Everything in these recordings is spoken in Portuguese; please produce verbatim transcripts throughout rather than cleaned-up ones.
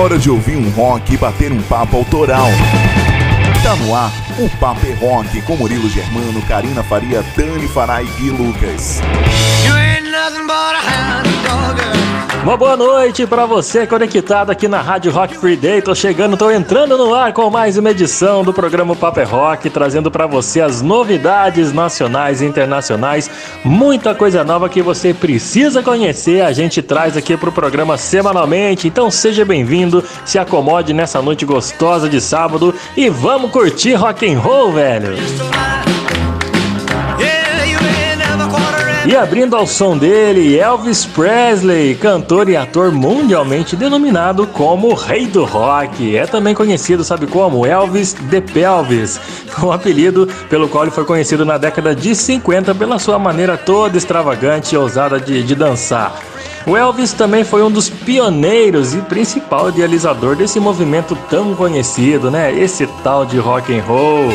hora de ouvir um rock e bater um papo autoral. Tá no ar o Papo é Rock com Murilo Germano, Karina Faria, Dani Farai e Lucas. Uma boa noite pra você conectado aqui na Rádio Rock Free Day. Tô chegando, tô entrando no ar com mais uma edição do programa Papo é Rock, trazendo pra você as novidades nacionais e internacionais, muita coisa nova que você precisa conhecer. A gente traz aqui pro programa semanalmente, então seja bem-vindo, se acomode nessa noite gostosa de sábado e vamos curtir rock and roll, velho. E abrindo ao som dele, Elvis Presley, cantor e ator mundialmente denominado como o Rei do Rock. É também conhecido, sabe como? Elvis The Pelvis, um apelido pelo qual ele foi conhecido na década de cinquenta pela sua maneira toda extravagante e ousada de, de dançar. O Elvis também foi um dos pioneiros e principal idealizador desse movimento tão conhecido, né? Esse tal de rock and roll.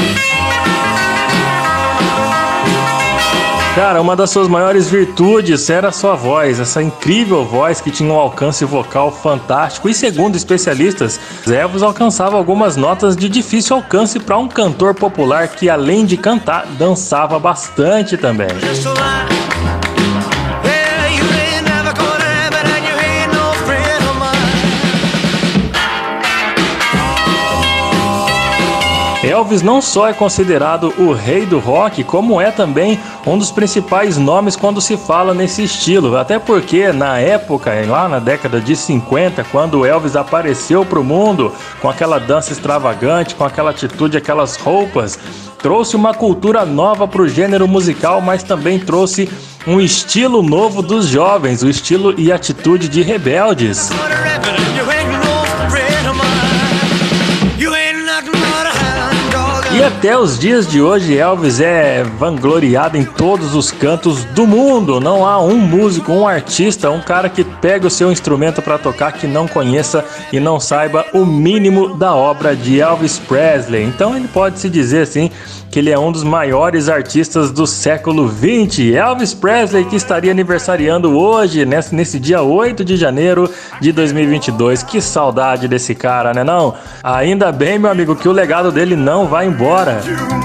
Cara, uma das suas maiores virtudes era a sua voz, essa incrível voz que tinha um alcance vocal fantástico e, segundo especialistas, Elvis alcançava algumas notas de difícil alcance para um cantor popular que, além de cantar, dançava bastante também. Elvis não só é considerado o rei do rock, como é também um dos principais nomes quando se fala nesse estilo. Até porque na época, lá na década de cinquenta, quando Elvis apareceu para o mundo com aquela dança extravagante, com aquela atitude, aquelas roupas, trouxe uma cultura nova para o gênero musical, mas também trouxe um estilo novo dos jovens, o estilo e atitude de rebeldes. E até os dias de hoje, Elvis é vangloriado em todos os cantos do mundo. Não há um músico, um artista, um cara que pega o seu instrumento para tocar que não conheça e não saiba o mínimo da obra de Elvis Presley. Então ele pode se dizer assim que ele é um dos maiores artistas do século vinte. Elvis Presley, que estaria aniversariando hoje, nesse, nesse dia oito de janeiro de dois mil e vinte e dois. Que saudade desse cara, né não? Ainda bem, meu amigo, que o legado dele não vai embora. Bora.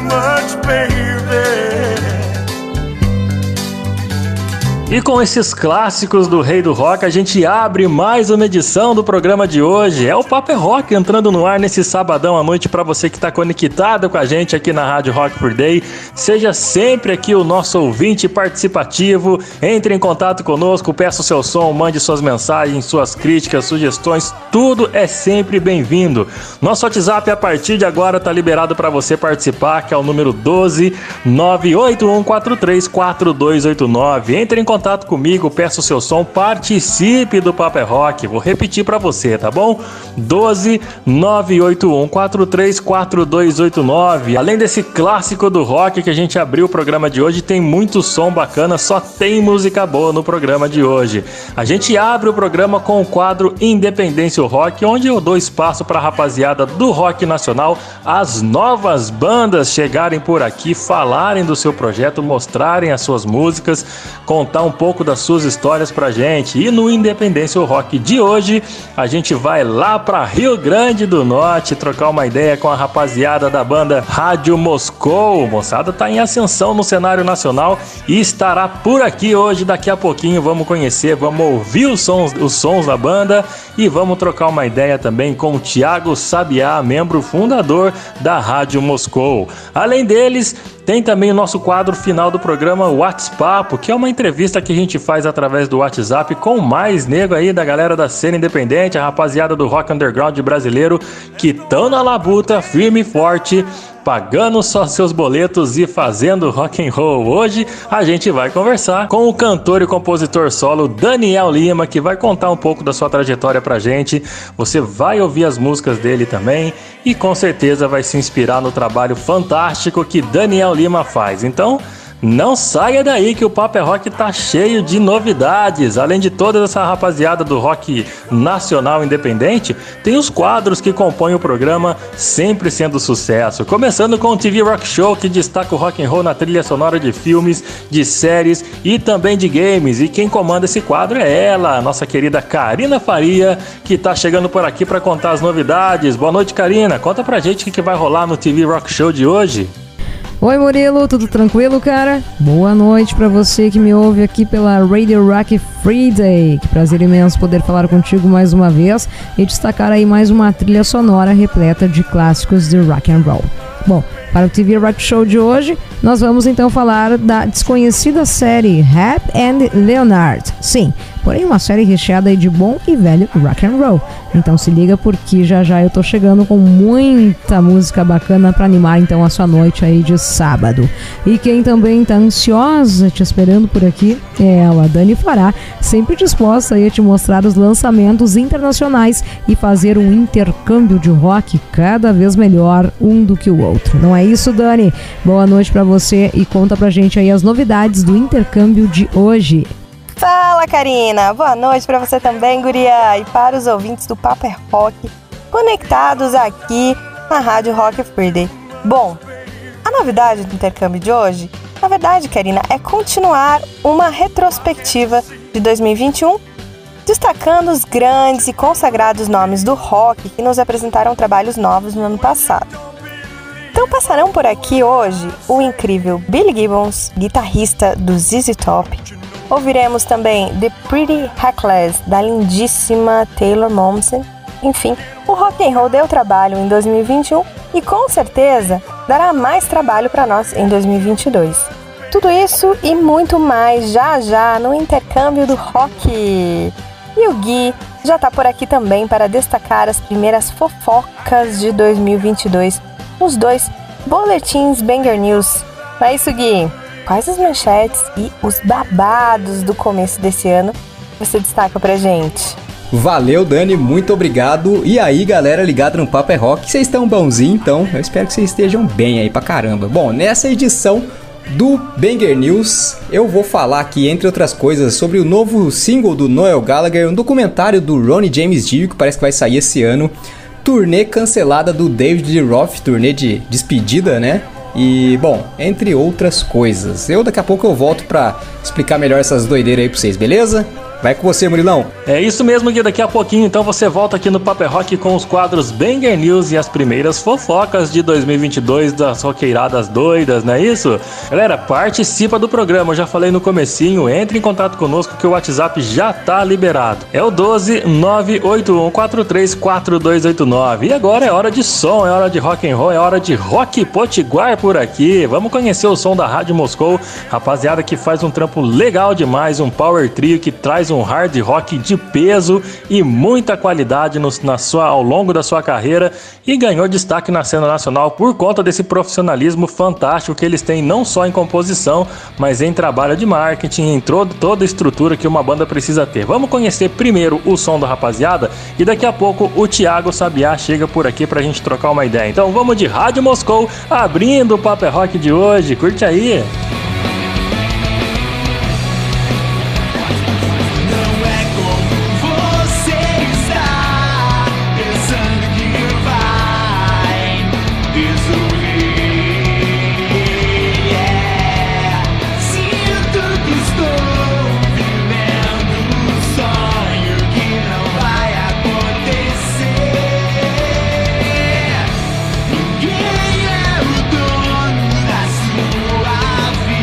E com esses clássicos do Rei do Rock, a gente abre mais uma edição do programa de hoje. É o Papo é Rock entrando no ar nesse sabadão à noite para você que está conectado com a gente aqui na Rádio Rock Free Day. Seja sempre aqui o nosso ouvinte participativo. Entre em contato conosco, peça o seu som, mande suas mensagens, suas críticas, sugestões. Tudo é sempre bem-vindo. Nosso WhatsApp a partir de agora está liberado para você participar, que é o número doze nove oito um quatro três quatro dois oito nove. Entre em contato contato comigo, peça o seu som, participe do Papo é Rock. Vou repetir pra você, tá bom? doze nove oito um quatro três quatro dois oito nove. Além desse clássico do rock que a gente abriu o programa de hoje, tem muito som bacana, só tem música boa no programa de hoje. A gente abre o programa com o quadro Independência Rock, onde eu dou espaço pra rapaziada do rock nacional, as novas bandas chegarem por aqui, falarem do seu projeto, mostrarem as suas músicas, contar um um pouco das suas histórias pra gente. E no Independência Rock de hoje, a gente vai lá pra Rio Grande do Norte trocar uma ideia com a rapaziada da banda Rádio Moscou. Moçada tá em ascensão no cenário nacional e estará por aqui hoje. Daqui a pouquinho vamos conhecer, vamos ouvir os sons, os sons da banda e vamos trocar uma ideia também com o Thiago Sabiá, membro fundador da Rádio Moscou. Além deles, tem também o nosso quadro final do programa WhatsApp, que é uma entrevista que a gente faz através do WhatsApp com mais nego aí da galera da cena independente, a rapaziada do rock underground brasileiro que estão na labuta, firme e forte, pagando só seus boletos e fazendo rock and roll. Hoje a gente vai conversar com o cantor e compositor solo Daniel Lima, que vai contar um pouco da sua trajetória pra gente. Você vai ouvir as músicas dele também e com certeza vai se inspirar no trabalho fantástico que Daniel Lima faz. Então, Não saia daí que o Papo é Rock tá cheio de novidades. Além de toda essa rapaziada do rock nacional independente, tem os quadros que compõem o programa sempre sendo sucesso. Começando com o T V Rock Show, que destaca o rock and roll na trilha sonora de filmes, de séries e também de games. E quem comanda esse quadro é ela, a nossa querida Karina Faria, que tá chegando por aqui para contar as novidades. Boa noite, Karina. Conta pra gente o que vai rolar no T V Rock Show de hoje. Oi, Murilo, tudo tranquilo, cara? Boa noite pra você que me ouve aqui pela Radio Rock Friday. Que prazer imenso poder falar contigo mais uma vez e destacar aí mais uma trilha sonora repleta de clássicos de rock and roll. Bom, para o T V Rock Show de hoje, nós vamos então falar da desconhecida série Hap and Leonard. Sim, porém uma série recheada aí de bom e velho rock and roll. Então se liga porque já já eu tô chegando com muita música bacana para animar então a sua noite aí de sábado. E quem também tá ansiosa te esperando por aqui é ela, Dani Fará, sempre disposta aí a te mostrar os lançamentos internacionais e fazer um intercâmbio de rock cada vez melhor um do que o outro. Não é isso, Dani? Boa noite pra você e conta pra gente aí as novidades do intercâmbio de hoje. Fala, Karina! Boa noite pra você também, guria! E para os ouvintes do Papo é Rock, conectados aqui na Rádio Rock Friday. Bom, a novidade do intercâmbio de hoje, na verdade, Karina, é continuar uma retrospectiva de dois mil e vinte e um, destacando os grandes e consagrados nomes do rock que nos apresentaram trabalhos novos no ano passado. Então passarão por aqui hoje o incrível Billy Gibbons, guitarrista do Z Z Top. Ouviremos também The Pretty Reckless, da lindíssima Taylor Momsen. Enfim, o rock and roll deu trabalho em dois mil e vinte e um e com certeza dará mais trabalho para nós em dois mil e vinte e dois. Tudo isso e muito mais já já no intercâmbio do rock. E o Gui já tá por aqui também para destacar as primeiras fofocas de dois mil e vinte e dois, os dois boletins Banger News. É isso, Gui. Quais as manchetes e os babados do começo desse ano você destaca pra gente? Valeu, Dani, muito obrigado. E aí, galera ligada no Papo é Rock, vocês estão bonzinhos, então eu espero que vocês estejam bem aí pra caramba. Bom, nessa edição do Banger News, eu vou falar aqui, entre outras coisas, sobre o novo single do Noel Gallagher, um documentário do Ronnie James Dio, que parece que vai sair esse ano, turnê cancelada do David Lee Roth, turnê de despedida, né? E, bom, entre outras coisas. Eu daqui a pouco eu volto pra explicar melhor essas doideiras aí pra vocês, beleza? Vai com você, Murilão. É isso mesmo, Gui. Daqui a pouquinho, então, você volta aqui no Papo é Rock com os quadros Banger News e as primeiras fofocas de dois mil e vinte e dois das roqueiradas doidas, não é isso? Galera, participa do programa. Eu já falei no comecinho, entre em contato conosco que o WhatsApp já tá liberado. É o doze nove oito um quatro três quatro dois oito nove. E agora é hora de som, é hora de rock and roll, é hora de rock potiguar por aqui. Vamos conhecer o som da Rádio Moscou, rapaziada que faz um trampo legal demais, um power trio que traz um hard rock de peso e muita qualidade no, na sua, ao longo da sua carreira e ganhou destaque na cena nacional por conta desse profissionalismo fantástico que eles têm não só em composição, mas em trabalho de marketing, em todo, toda a estrutura que uma banda precisa ter. Vamos conhecer primeiro o som da rapaziada e daqui a pouco o Thiago Sabiá chega por aqui pra gente trocar uma ideia. Então vamos de Rádio Moscou abrindo o Papo é Rock de hoje. Curte aí! Quem é o dono da sua vida?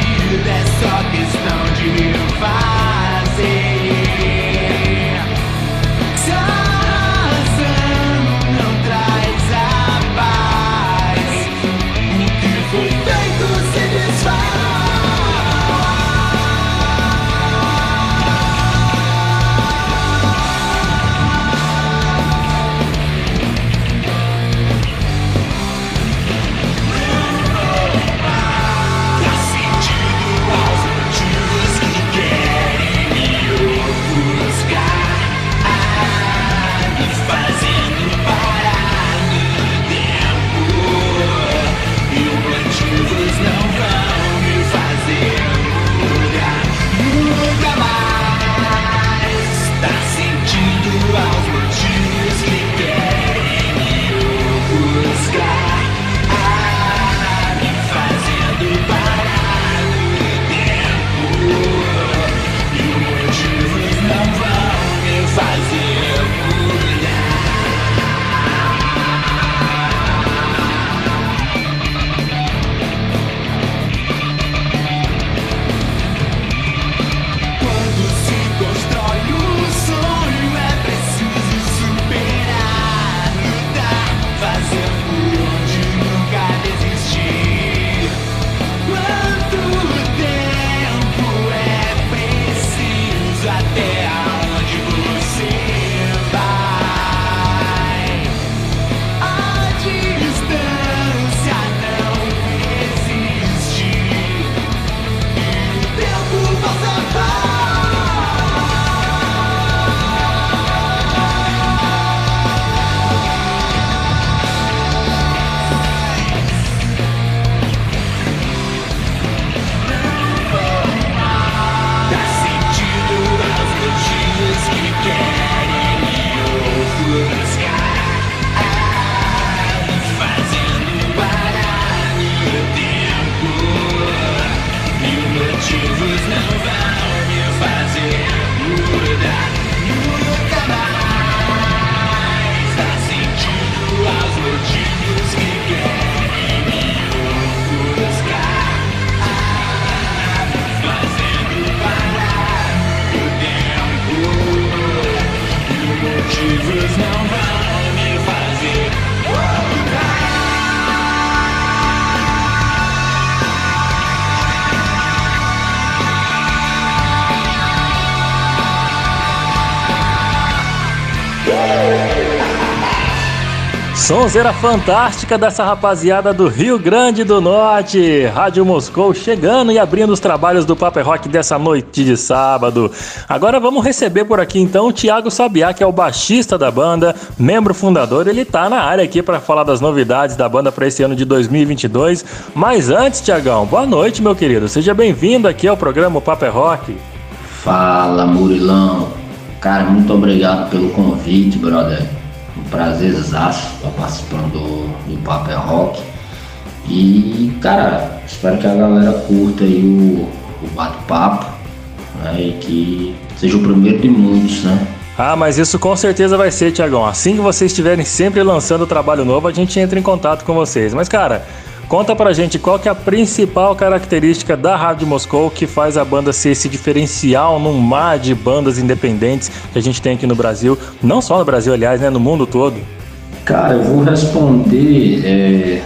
Sonzeira fantástica dessa rapaziada do Rio Grande do Norte. Rádio Moscou chegando e abrindo os trabalhos do Paper Rock dessa noite de sábado. Agora vamos receber por aqui então o Thiago Sabiá, que é o baixista da banda, membro fundador. Ele tá na área aqui para falar das novidades da banda para esse ano de dois mil e vinte e dois. Mas antes, Thiagão, boa noite, meu querido. Seja bem-vindo aqui ao programa Paper Rock. Fala, Murilão. Cara, muito obrigado pelo convite, brother. Um prazerzaço estar participando do, do Paper Rock. E, cara, espero que a galera curta aí o, o bate-papo, né? E que seja o primeiro de muitos, né? Ah, mas isso com certeza vai ser, Thiagão. Assim que vocês estiverem sempre lançando trabalho novo, a gente entra em contato com vocês. Mas, cara, conta pra gente qual que é a principal característica da Rádio Moscou que faz a banda ser esse diferencial num mar de bandas independentes que a gente tem aqui no Brasil. Não só no Brasil, aliás, né? No mundo todo. Cara, eu vou responder é,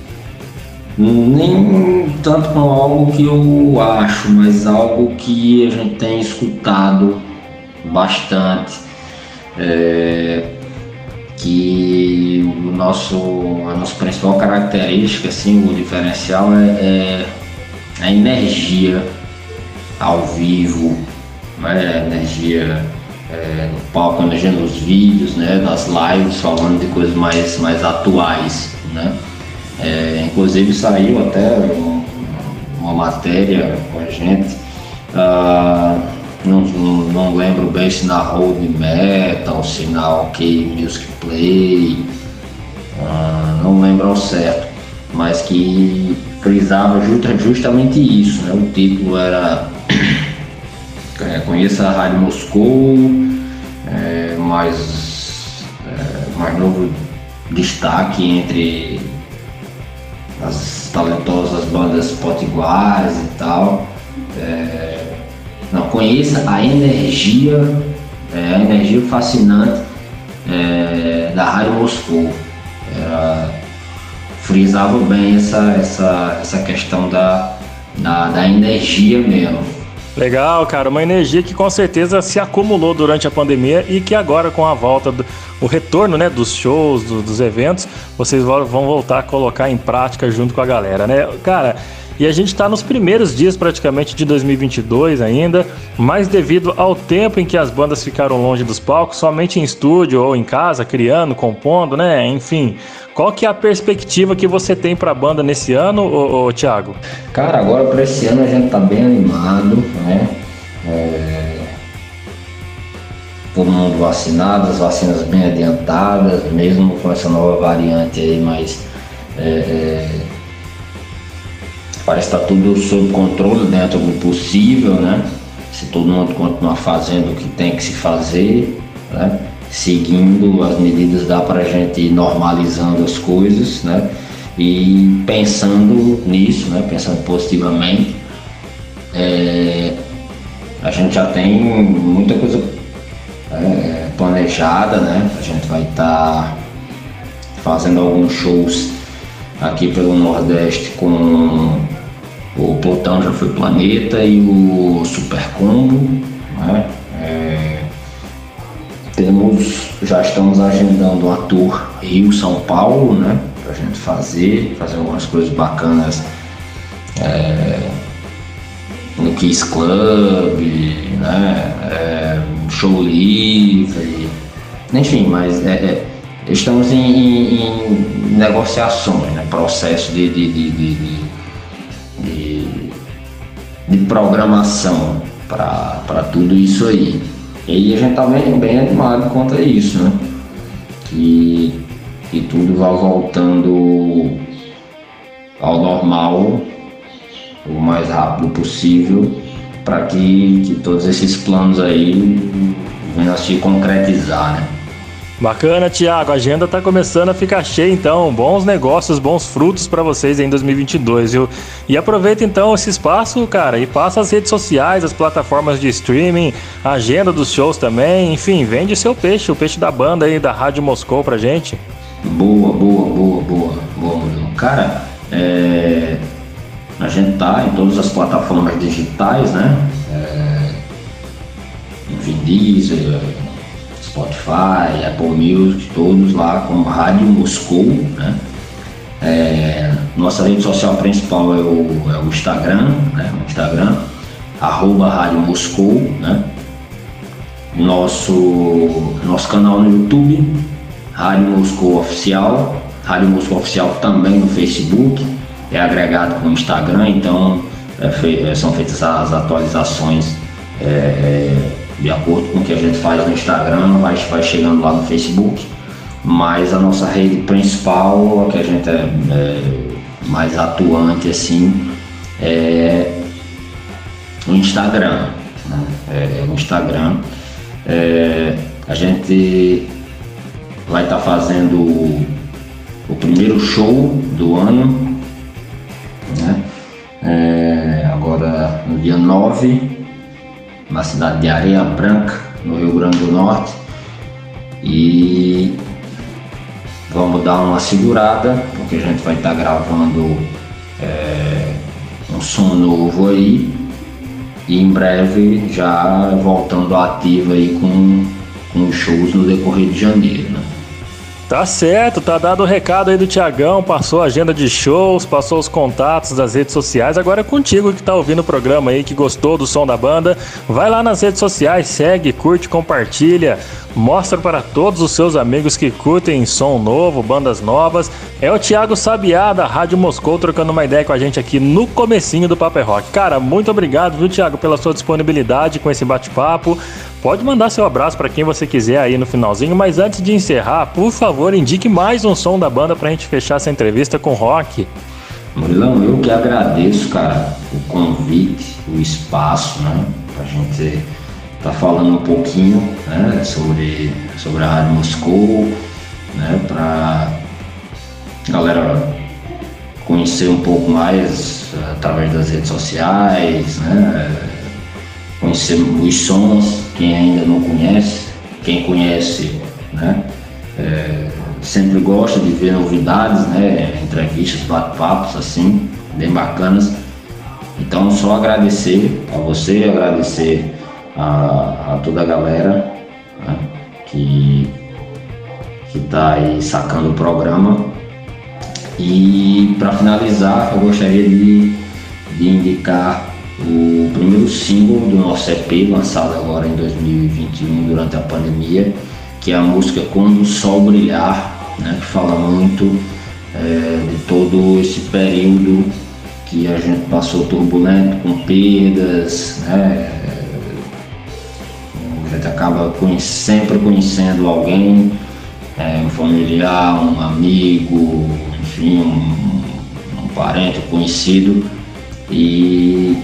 nem tanto com algo que eu acho, mas algo que a gente tem escutado bastante. É, que o nosso, a nossa principal característica, assim, o diferencial é, é a energia ao vivo, né? A energia é, no palco, a energia nos vídeos, né? Nas lives, falando de coisas mais, mais atuais, né? É, inclusive saiu até uma matéria com a gente, uh, Não, não, não lembro bem se na Road Metal, se na OK Music Play, uh, não lembro ao certo, mas que frisava justa, justamente isso, né? O título era é, Conheça a Rádio Moscou, é, mais, é, mais novo destaque entre as talentosas bandas potiguares e tal. É, Não, conheça a energia, é, a energia fascinante é, da Rádio Moscou. Era, frisava bem essa, essa, essa questão da, da, da energia mesmo. Legal, cara, uma energia que com certeza se acumulou durante a pandemia e que agora com a volta, do, o retorno, né, dos shows, do, dos eventos, vocês vão voltar a colocar em prática junto com a galera, né? Cara, e a gente está nos primeiros dias praticamente de dois mil e vinte e dois ainda, mas devido ao tempo em que as bandas ficaram longe dos palcos, somente em estúdio ou em casa, criando, compondo, né? Enfim, qual que é a perspectiva que você tem para a banda nesse ano, ô, ô, Thiago? Cara, agora para esse ano a gente tá bem animado, né? É... Todo mundo vacinado, as vacinas bem adiantadas, mesmo com essa nova variante aí, mas... É, é... Parece que está tudo sob controle dentro do possível, né? Se todo mundo continuar fazendo o que tem que se fazer, né? Seguindo as medidas, dá para a gente ir normalizando as coisas, né? E pensando nisso, né? Pensando positivamente, é... a gente já tem muita coisa é, planejada, né? A gente vai estar tá fazendo alguns shows aqui pelo Nordeste com o Plutão Já Foi Planeta e o Super Combo, né? É, temos, já estamos agendando uma tour Rio-São Paulo, né? Pra gente fazer, fazer algumas coisas bacanas é, no Kiss Club, né? É, show livre, enfim, mas é, é, estamos em, em, em negociações, né? Processo de, de, de, de, de, de programação para tudo isso aí. E a gente está bem, bem animado quanto a isso, né? Que, que tudo vá voltando ao normal o mais rápido possível para que, que todos esses planos aí venham a se concretizar, né? Bacana, Thiago, a agenda tá começando a ficar cheia, então, bons negócios, bons frutos para vocês em dois mil e vinte e dois, viu? E aproveita então esse espaço, cara, e passa as redes sociais, as plataformas de streaming, a agenda dos shows também, enfim, vende o seu peixe, o peixe da banda aí, da Rádio Moscou pra gente. Boa, boa, boa, boa, boa, cara, é... a gente tá em todas as plataformas digitais, né? É... Enfim, Deezer, Spotify, Apple Music, todos lá como Rádio Moscou, né? É, nossa rede social principal é o, é o Instagram, né? O Instagram, arroba Rádio Moscou, né? Nosso, nosso canal no YouTube, Rádio Moscou Oficial, Rádio Moscou Oficial também no Facebook, é agregado com o Instagram, então é fe, são feitas as atualizações é, é, de acordo com o que a gente faz no Instagram, vai, vai chegando lá no Facebook, mas a nossa rede principal, a que a gente é, é mais atuante assim, é o Instagram, né? É, é o Instagram. É, a gente vai estar tá fazendo o, o primeiro show do ano, né? É, agora no dia nove, na cidade de Areia Branca, no Rio Grande do Norte, e vamos dar uma segurada, porque a gente vai estar tá gravando é, um som novo aí, e em breve já voltando ativa aí com, com shows no decorrer de janeiro, né? Tá certo, tá dado o recado aí do Tiagão, passou a agenda de shows, passou os contatos das redes sociais, agora é contigo que tá ouvindo o programa aí, que gostou do som da banda, vai lá nas redes sociais, segue, curte, compartilha, mostra para todos os seus amigos que curtem som novo, bandas novas. É o Thiago Sabiá da Rádio Moscou trocando uma ideia com a gente aqui no comecinho do Paper Rock. Cara, muito obrigado, viu, Thiago, pela sua disponibilidade com esse bate-papo. Pode mandar seu abraço para quem você quiser aí no finalzinho, mas antes de encerrar, por favor, indique mais um som da banda pra gente fechar essa entrevista com rock. Murilão, eu que agradeço, cara, o convite, o espaço, né, pra gente tá falando um pouquinho, né, sobre, sobre a Rádio Moscou, né, pra galera conhecer um pouco mais através das redes sociais, né, conhecer os sons, quem ainda não conhece, quem conhece, né, é, sempre gosta de ver novidades, né, entrevistas, bate-papos assim, bem bacanas. Então só agradecer a você, agradecer a, a toda a galera, né, que que tá aí sacando o programa. E para finalizar, eu gostaria de, de indicar o primeiro single do nosso E P, lançado agora em dois mil e vinte e um, durante a pandemia, que é a música Quando o Sol Brilhar, né, que fala muito é, de todo esse período que a gente passou turbulento, com perdas, né, a gente acaba conhe- sempre conhecendo alguém, é, um familiar, um amigo, enfim, um, um parente, um conhecido, e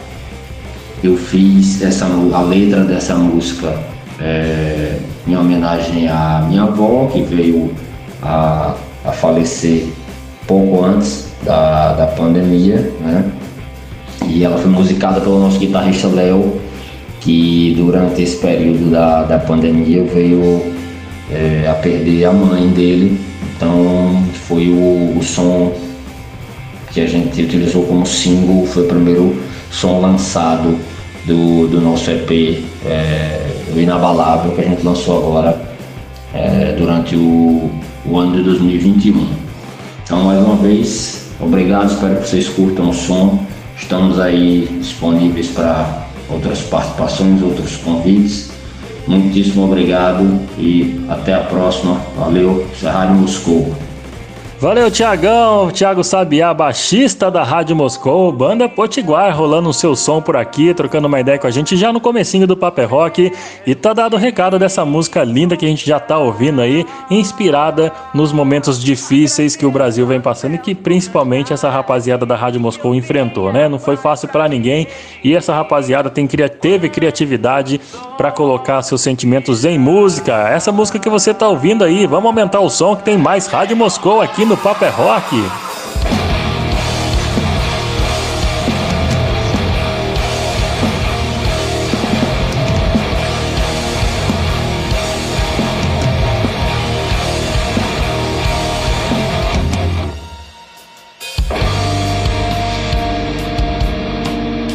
eu fiz essa, a letra dessa música é, em homenagem à minha avó, que veio a, a falecer pouco antes da, da pandemia, né? E ela foi musicada pelo nosso guitarrista Léo, que durante esse período da, da pandemia veio é, a perder a mãe dele. Então foi o, o som que a gente utilizou como single, foi o primeiro som lançado do, do nosso E P, é, o Inabalável, que a gente lançou agora é, durante o, o ano de dois mil e vinte e um. Então, mais uma vez, obrigado, espero que vocês curtam o som. Estamos aí disponíveis para outras participações, outros convites. Muitíssimo obrigado e até a próxima. Valeu, isso é Rádio Moscou. Valeu, Tiagão, Thiago Sabiá, baixista da Rádio Moscou, banda Potiguar, rolando o seu som por aqui, trocando uma ideia com a gente já no comecinho do Paper Rock, e tá dado o recado dessa música linda que a gente já tá ouvindo aí, inspirada nos momentos difíceis que o Brasil vem passando e que principalmente essa rapaziada da Rádio Moscou enfrentou, né? Não foi fácil pra ninguém e essa rapaziada tem, teve criatividade pra colocar seus sentimentos em música. Essa música que você tá ouvindo aí, vamos aumentar o som que tem mais Rádio Moscou aqui no Paper Rock.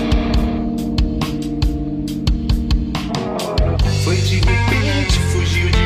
Foi de repente, fugiu de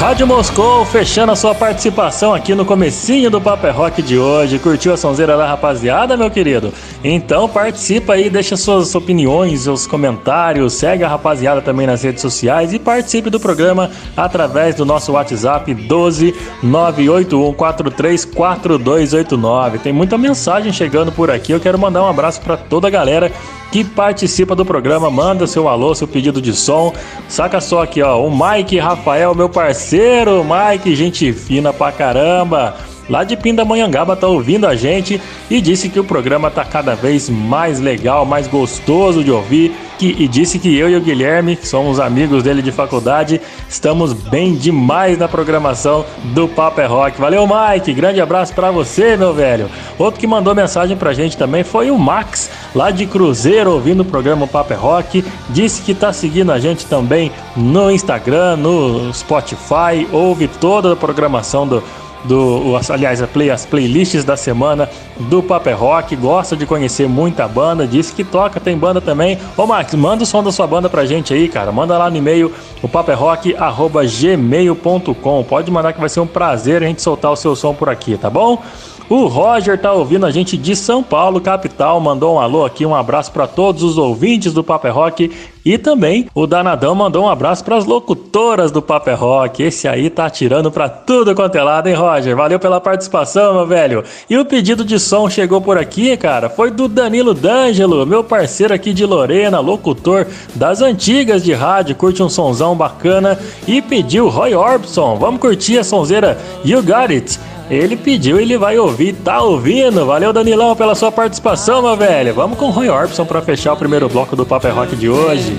Rádio Moscou fechando a sua participação aqui no comecinho do Paper Rock de hoje. Curtiu a sonzeira da rapaziada, meu querido? Então participa aí, deixa suas opiniões, seus comentários, segue a rapaziada também nas redes sociais e participe do programa através do nosso WhatsApp doze nove oito um quatro três quatro dois oito nove. Tem muita mensagem chegando por aqui, eu quero mandar um abraço para toda a galera que participa do programa, manda seu alô, seu pedido de som. Saca só aqui, ó, o Mike Rafael, meu parceiro, Mike, gente fina pra caramba, lá de Pindamonhangaba, tá ouvindo a gente e disse que o programa tá cada vez mais legal, mais gostoso de ouvir, que, e disse que eu e o Guilherme, que somos amigos dele de faculdade, estamos bem demais na programação do Paper Rock. Valeu, Mike, grande abraço pra você, meu velho. Outro que mandou mensagem pra gente também foi o Max, lá de Cruzeiro, ouvindo o programa Paper Rock, disse que tá seguindo a gente também no Instagram, no Spotify, ouve toda a programação do Do, aliás, a play, as playlists da semana do Paper Rock, gosta de conhecer muita banda, disse que toca, tem banda também. Ô Max, manda o som da sua banda pra gente aí, cara, manda lá no e-mail, o paperrock arroba gmail ponto com, pode mandar que vai ser um prazer a gente soltar o seu som por aqui, tá bom? O Roger tá ouvindo a gente de São Paulo, capital, mandou um alô aqui, um abraço para todos os ouvintes do Paper Rock e também o Danadão mandou um abraço para as locutoras do Paper Rock. Esse aí tá atirando para tudo quanto é lado, hein, Roger? Valeu pela participação, meu velho. E o pedido de som chegou por aqui, cara, foi do Danilo D'Angelo, meu parceiro aqui de Lorena, locutor das antigas de rádio, curte um sonzão bacana e pediu Roy Orbison. Vamos curtir a sonzeira You Got It. Ele pediu, ele vai ouvir, tá ouvindo? Valeu, Danilão, pela sua participação, meu velho. Vamos com o Roy Orbison pra fechar o primeiro bloco do Paper Rock de hoje.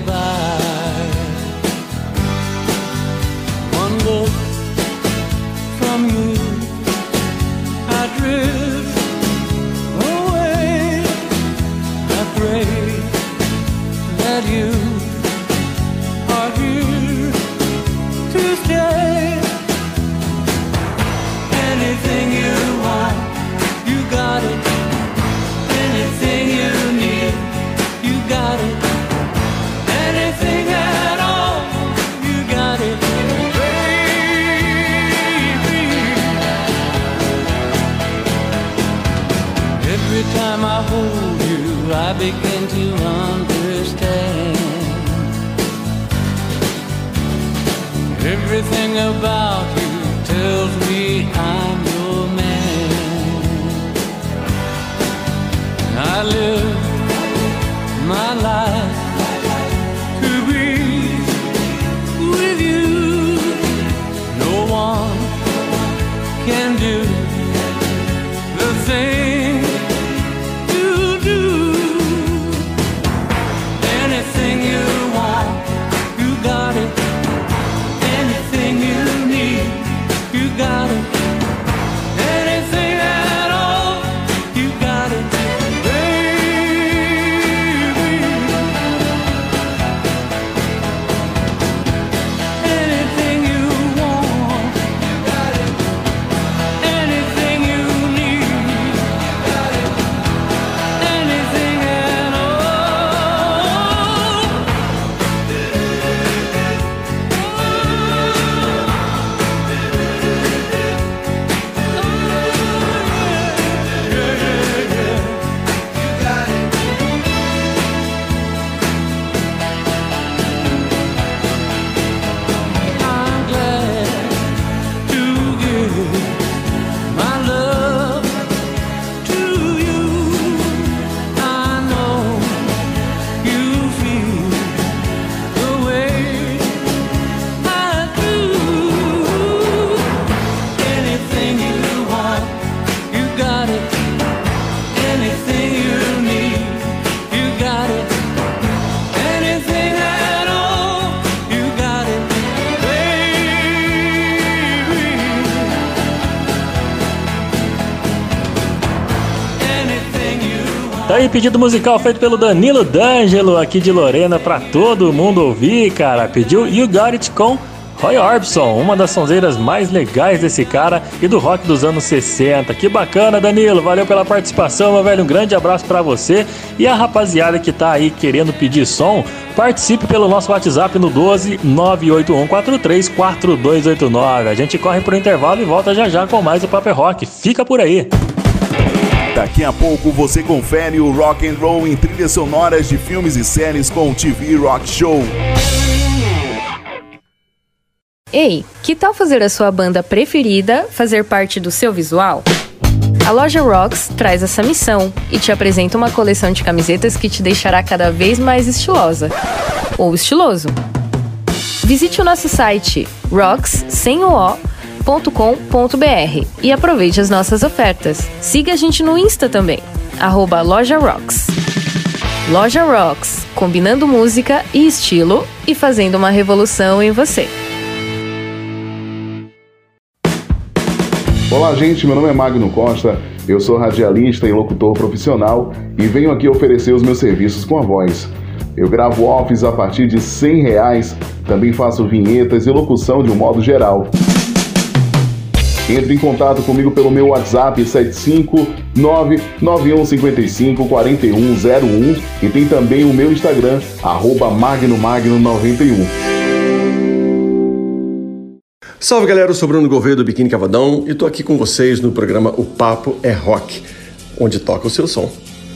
I begin to understand everything about you tells me I'm your man. I live my life to be with you. No one can do the thing Tá aí, pedido musical feito pelo Danilo D'Angelo aqui de Lorena pra todo mundo ouvir, cara. Pediu You Got It com Roy Orbison, uma das sonzeiras mais legais desse cara e do rock dos anos sessenta. Que bacana, Danilo, valeu pela participação, meu velho, um grande abraço pra você. E a rapaziada que tá aí querendo pedir som, participe pelo nosso WhatsApp no doze nove oito um quatro três quatro dois oito nove. A gente corre pro intervalo e volta já já com mais o Paper Rock. Fica por aí. Daqui a pouco você confere o rock and roll em trilhas sonoras de filmes e séries com o T V Rock Show. Ei, que tal fazer a sua banda preferida fazer parte do seu visual? A loja Rocks traz essa missão e te apresenta uma coleção de camisetas que te deixará cada vez mais estilosa ou estiloso. Visite o nosso site rocks sem o o ponto com ponto b r e aproveite as nossas ofertas. Siga a gente no Insta também, arroba Loja Rocks. Loja Rocks, combinando música e estilo e fazendo uma revolução em você. Olá, gente, meu nome é Magno Costa, eu sou radialista e locutor profissional e venho aqui oferecer os meus serviços com a voz. Eu gravo offs a partir de cem reais, também faço vinhetas e locução de um modo geral. Entre em contato comigo pelo meu WhatsApp sete cinco nove nove um cinco cinco quatro um zero um e tem também o meu Instagram, arroba magno magno noventa e um. Salve galera, eu sou Bruno Gouveia do Biquíni Cavadão e tô aqui com vocês no programa O Papo é Rock, onde toca o seu som.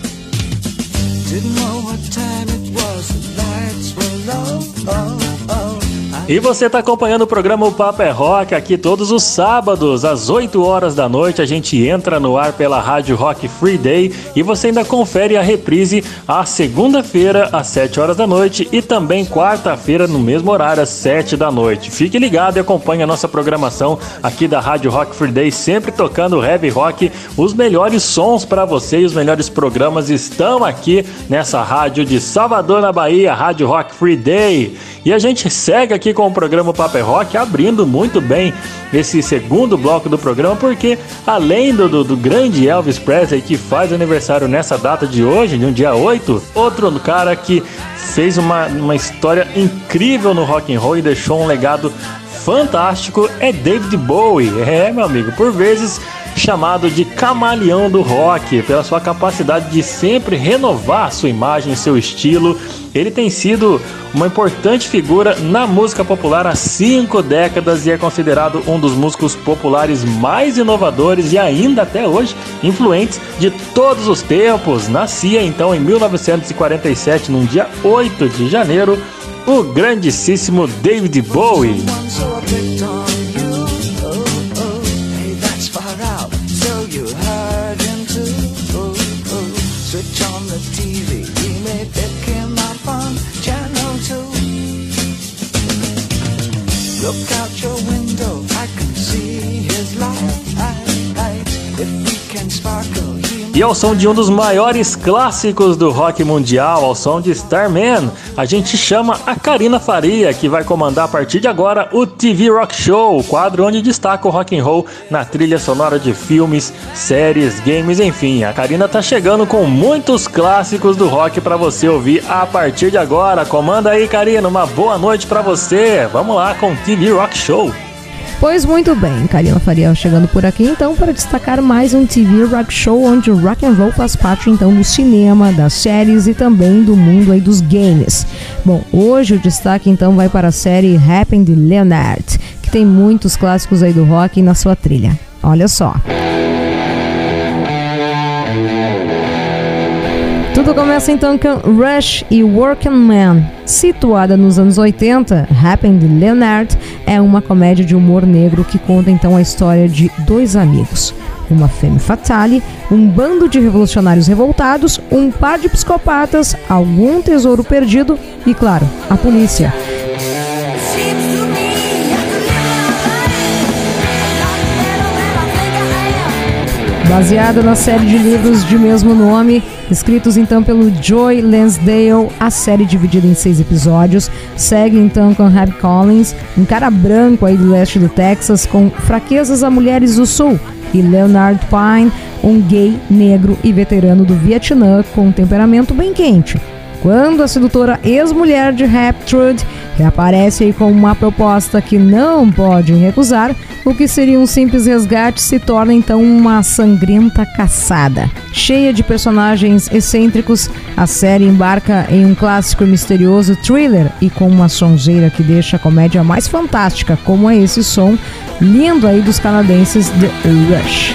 E você está acompanhando o programa O Papo é Rock aqui todos os sábados, às oito horas da noite. A gente entra no ar pela Rádio Rock Free Day e você ainda confere a reprise à segunda-feira, às sete horas da noite e também quarta-feira, no mesmo horário, às sete da noite. Fique ligado e acompanhe a nossa programação aqui da Rádio Rock Free Day, sempre tocando heavy rock. Os melhores sons para você e os melhores programas estão aqui nessa rádio de Salvador, na Bahia, Rádio Rock Free Day. E a gente segue aqui com o programa Paper Rock, abrindo muito bem esse segundo bloco do programa, porque além do, do, do grande Elvis Presley, que faz aniversário nessa data de hoje, no dia oito, outro cara que fez uma, uma história incrível no rock and roll e deixou um legado fantástico é David Bowie. É, meu amigo, por vezes chamado de camaleão do rock, pela sua capacidade de sempre renovar sua imagem, seu estilo. Ele tem sido uma importante figura na música popular há cinco décadas e é considerado um dos músicos populares mais inovadores e ainda até hoje influentes de todos os tempos. Nascia então em mil novecentos e quarenta e sete, num dia oito de janeiro, o grandíssimo David Bowie. Look out your window, I can see his light. If we can sparkle, E ao som de um dos maiores clássicos do rock mundial, ao som de Starman, a gente chama a Karina Faria, que vai comandar a partir de agora o T V Rock Show, o quadro onde destaca o rock and roll na trilha sonora de filmes, séries, games, enfim. A Karina tá chegando com muitos clássicos do rock para você ouvir a partir de agora. Comanda aí, Karina, uma boa noite para você. Vamos lá com o T V Rock Show. Pois muito bem, Karina Faria chegando por aqui então para destacar mais um T V Rock Show onde o rock and roll faz parte então do cinema, das séries e também do mundo aí dos games. Bom, hoje o destaque então vai para a série Happy de Leonard, que tem muitos clássicos aí do rock na sua trilha. Olha só. Tudo começa então com Rush e Working Man. Situada nos anos oitenta, Happy de Leonard é uma comédia de humor negro que conta então a história de dois amigos, uma femme fatale, um bando de revolucionários revoltados, um par de psicopatas, algum tesouro perdido e, claro, a polícia. Baseada na série de livros de mesmo nome, escritos então pelo Joy Lansdale, a série dividida em seis episódios, segue então com Herb Collins, um cara branco aí do leste do Texas com fraquezas a mulheres do sul, e Leonard Pine, um gay, negro e veterano do Vietnã com um temperamento bem quente. Quando a sedutora ex-mulher de Herb, Trude, reaparece aí com uma proposta que não pode recusar. O que seria um simples resgate se torna então uma sangrenta caçada. Cheia de personagens excêntricos, a série embarca em um clássico misterioso thriller e com uma sonzeira que deixa a comédia mais fantástica, como é esse som lindo aí dos canadenses The Rush.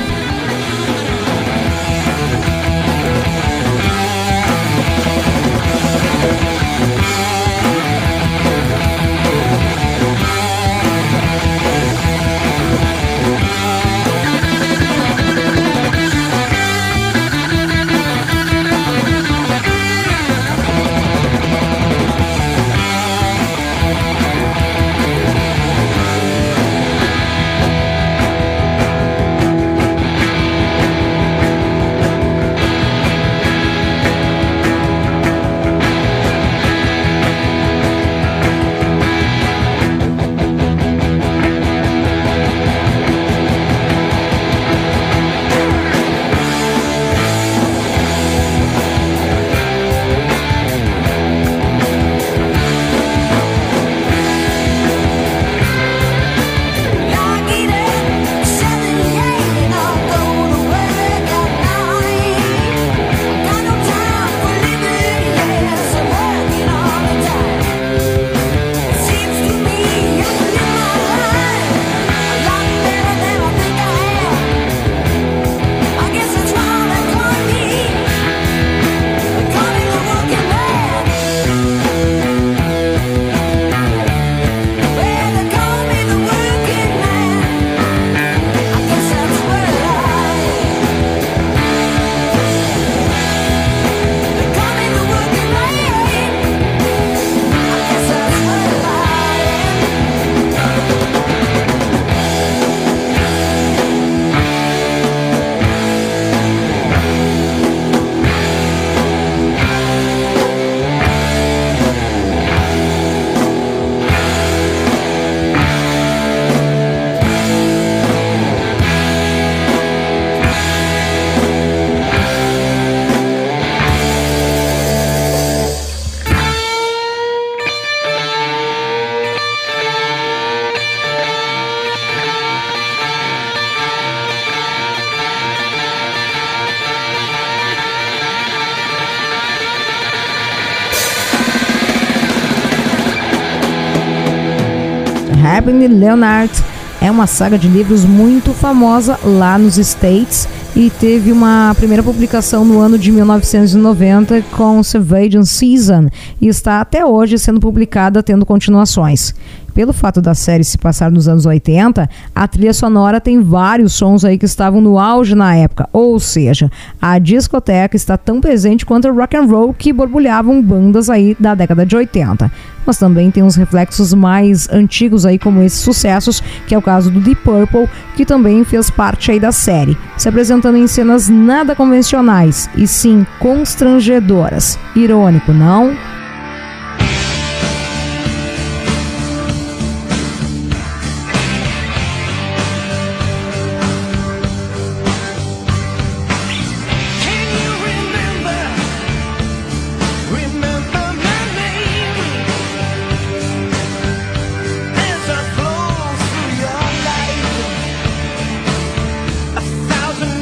Happy Leonard é uma saga de livros muito famosa lá nos States e teve uma primeira publicação no ano de mil novecentos e noventa com Savage Season e está até hoje sendo publicada, tendo continuações. Pelo fato da série se passar nos anos oitenta, a trilha sonora tem vários sons aí que estavam no auge na época, ou seja, a discoteca está tão presente quanto o rock and roll que borbulhavam bandas aí da década de oitenta. Mas também tem uns reflexos mais antigos aí, como esses sucessos, que é o caso do Deep Purple, que também fez parte aí da série, se apresentando em cenas nada convencionais, e sim constrangedoras. Irônico, não?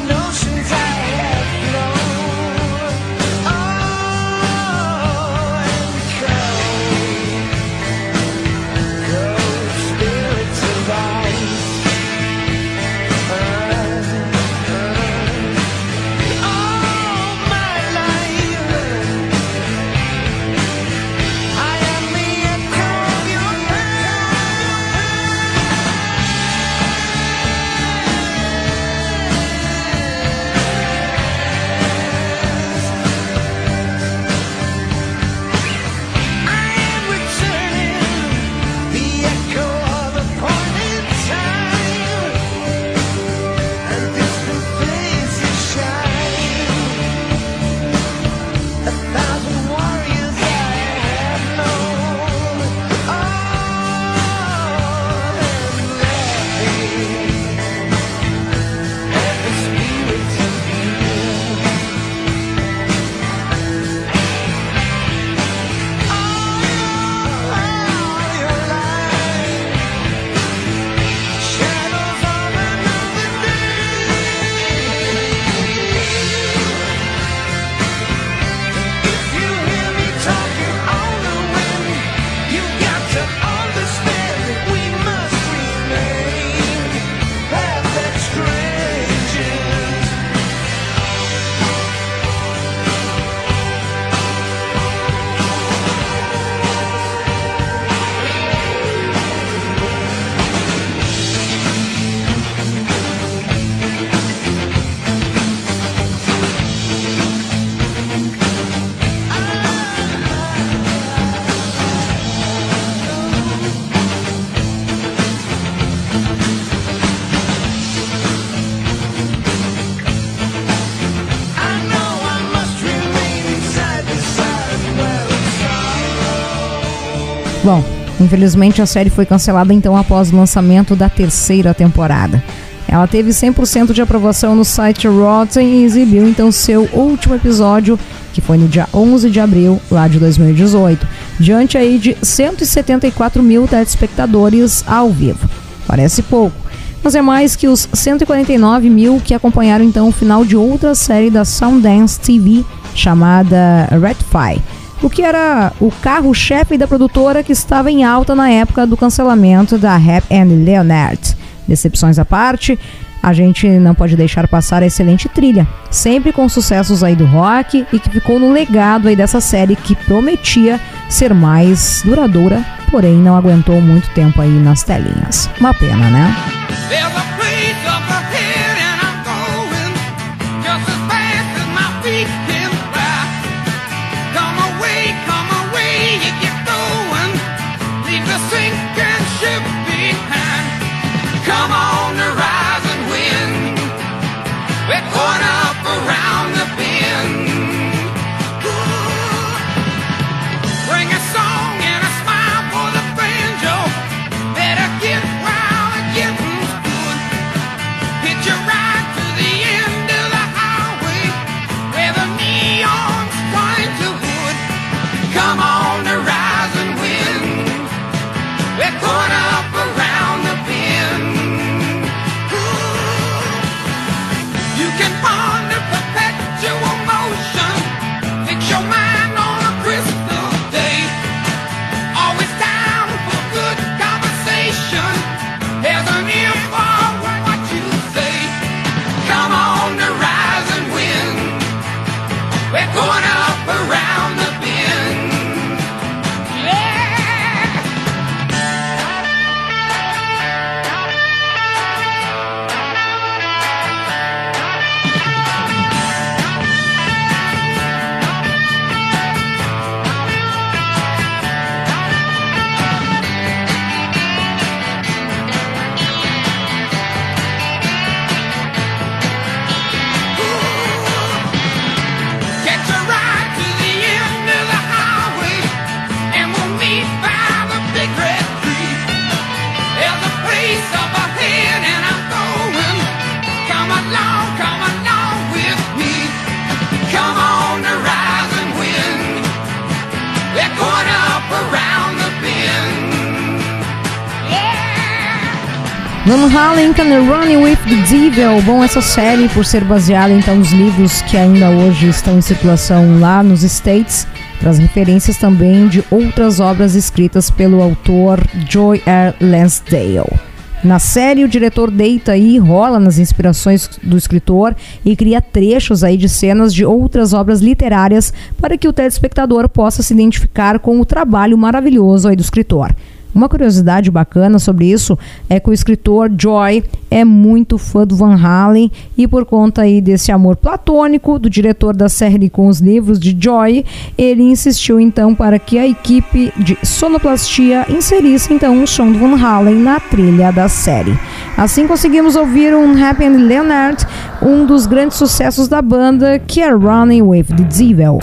Oceans I have known. Oh, Bom, infelizmente a série foi cancelada então após o lançamento da terceira temporada. Ela teve cem por cento de aprovação no site Rotten e exibiu então seu último episódio, que foi no dia onze de abril lá de dois mil e dezoito, diante aí de cento e setenta e quatro mil telespectadores ao vivo. Parece pouco, mas é mais que os cento e quarenta e nove mil que acompanharam então o final de outra série da Sundance T V chamada Rectify, o que era o carro-chefe da produtora que estava em alta na época do cancelamento da Rap and Leonard. Decepções à parte, a gente não pode deixar passar a excelente trilha, sempre com sucessos aí do rock e que ficou no legado aí dessa série que prometia ser mais duradoura, porém não aguentou muito tempo aí nas telinhas. Uma pena, né? Come on the rise and win. We're going up around the bend. Ooh. Bring a song and a smile for the banjo. Better get wild and get good. Hitch a ride to the end of the highway where the neon's trying to wood. Come on the rise and win. We're going up around the bend. You can ponder perpetual motion. Fix your mind on a crystal day. Always down for good conversation. There's an ear for what you say. Come on to rise and win. We're going up around the bend. Van Halen Can Run With The Devil. Bom, essa série, por ser baseada então nos livros que ainda hoje estão em circulação lá nos States, traz referências também de outras obras escritas pelo autor Joy R. Lansdale. Na série, o diretor deita e rola nas inspirações do escritor e cria trechos aí de cenas de outras obras literárias para que o telespectador possa se identificar com o trabalho maravilhoso aí do escritor. Uma curiosidade bacana sobre isso é que o escritor Joy é muito fã do Van Halen e por conta aí desse amor platônico do diretor da série com os livros de Joy, ele insistiu então para que a equipe de sonoplastia inserisse então um som do Van Halen na trilha da série. Assim conseguimos ouvir um Happy and Leonard, um dos grandes sucessos da banda, que é Running With The Devil.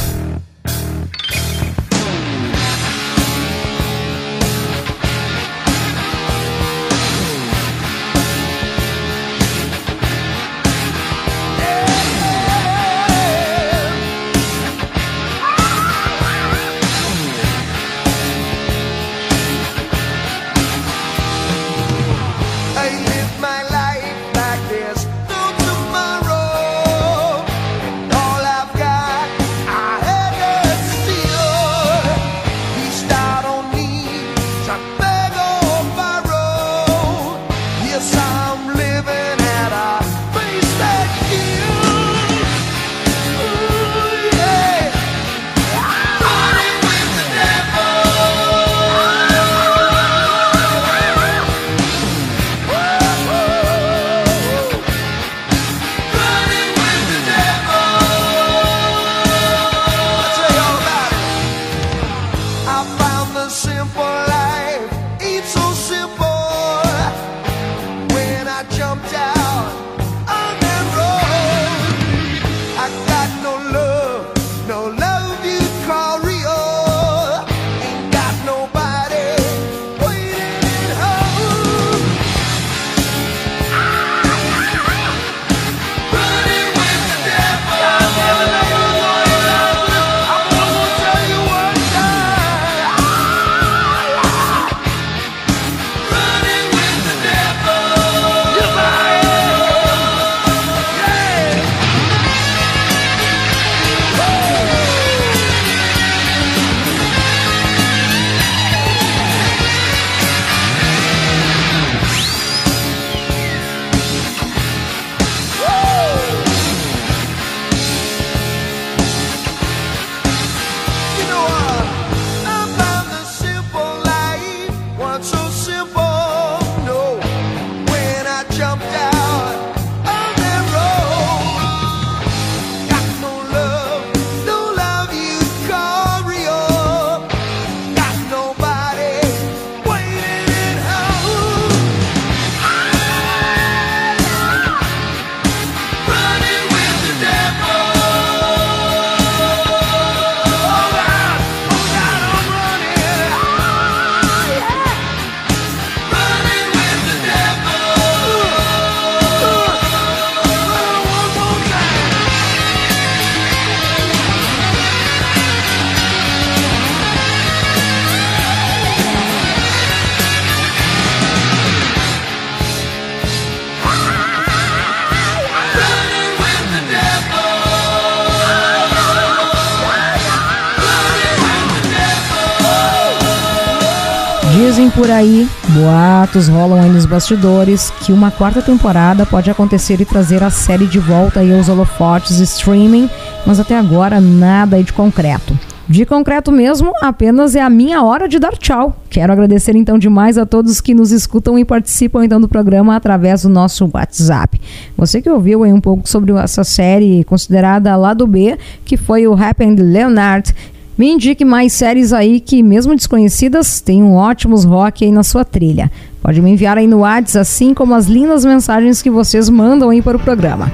All I've got, I have. Dizem por aí, boatos rolam aí nos bastidores, que uma quarta temporada pode acontecer e trazer a série de volta aí aos holofotes streaming, mas até agora nada aí de concreto. De concreto mesmo, apenas é a minha hora de dar tchau. Quero agradecer então demais a todos que nos escutam e participam então do programa através do nosso WhatsApp. Você que ouviu aí um pouco sobre essa série considerada lado B, que foi o Happened Leonard, me indique mais séries aí que, mesmo desconhecidas, tenham ótimos rock aí na sua trilha. Pode me enviar aí no WhatsApp, assim como as lindas mensagens que vocês mandam aí para o programa.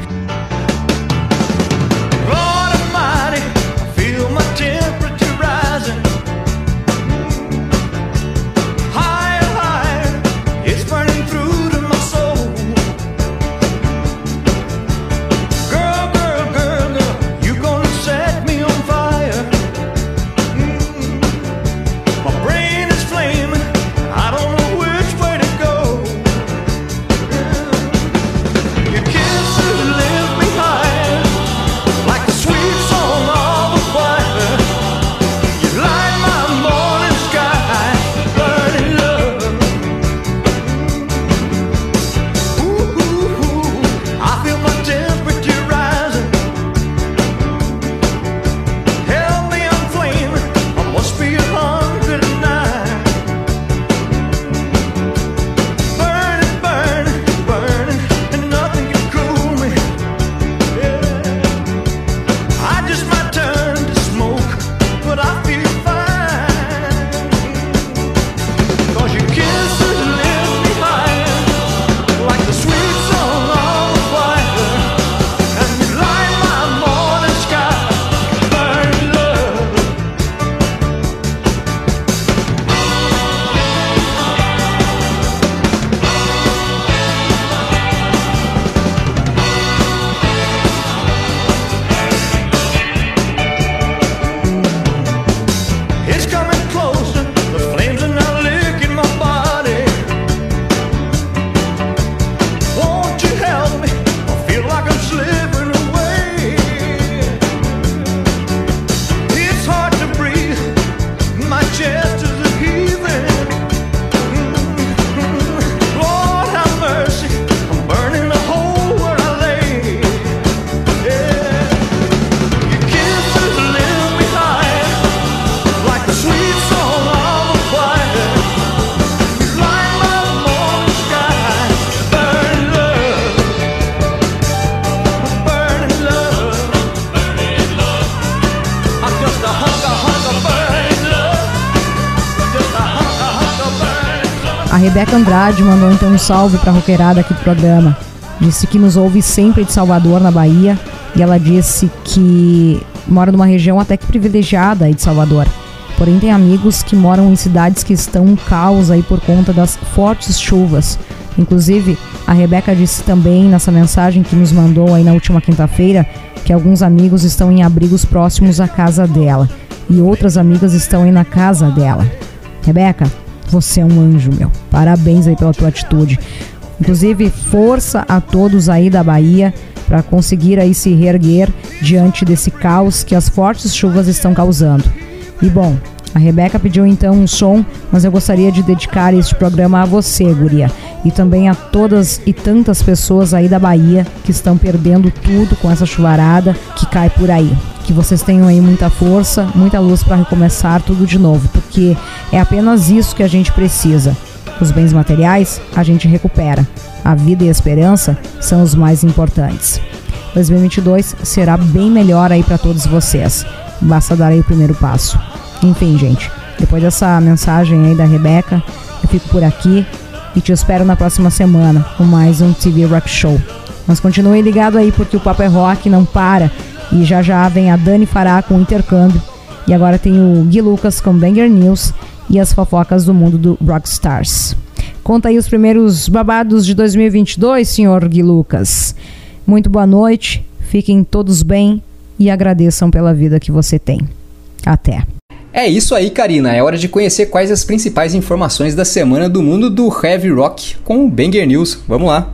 A Rebeca Andrade mandou então um salve para a roqueirada aqui do programa. Disse que nos ouve sempre de Salvador, na Bahia. E ela disse que mora numa região até que privilegiada aí de Salvador. Porém tem amigos que moram em cidades que estão um caos aí por conta das fortes chuvas. Inclusive, a Rebeca disse também nessa mensagem que nos mandou aí na última quinta-feira que alguns amigos estão em abrigos próximos à casa dela. E outras amigas estão aí na casa dela. Rebeca, você é um anjo, meu. Parabéns aí pela tua atitude. Inclusive, força a todos aí da Bahia para conseguir aí se reerguer diante desse caos que as fortes chuvas estão causando. E bom, a Rebeca pediu então um som, mas eu gostaria de dedicar este programa a você, guria, e também a todas e tantas pessoas aí da Bahia que estão perdendo tudo com essa chuvarada que cai por aí. Que vocês tenham aí muita força, muita luz para recomeçar tudo de novo, porque é apenas isso que a gente precisa. Os bens materiais a gente recupera. A vida e a esperança são os mais importantes. dois mil e vinte e dois será bem melhor aí para todos vocês. Basta dar aí o primeiro passo. Enfim, gente, depois dessa mensagem aí da Rebeca, eu fico por aqui e te espero na próxima semana com mais um T V Rock Show. Mas continue ligado aí porque o Papo é Rock não para. E já já vem a Dani Fará com o Intercâmbio. E agora tem o Gui Lucas com Banger News e as fofocas do mundo do Rockstars. Conta aí os primeiros babados de dois mil e vinte e dois, senhor Gui Lucas. Muito boa noite, fiquem todos bem e agradeçam pela vida que você tem. Até. É isso aí, Karina. É hora de conhecer quais as principais informações da semana do mundo do heavy rock com o Banger News. Vamos lá.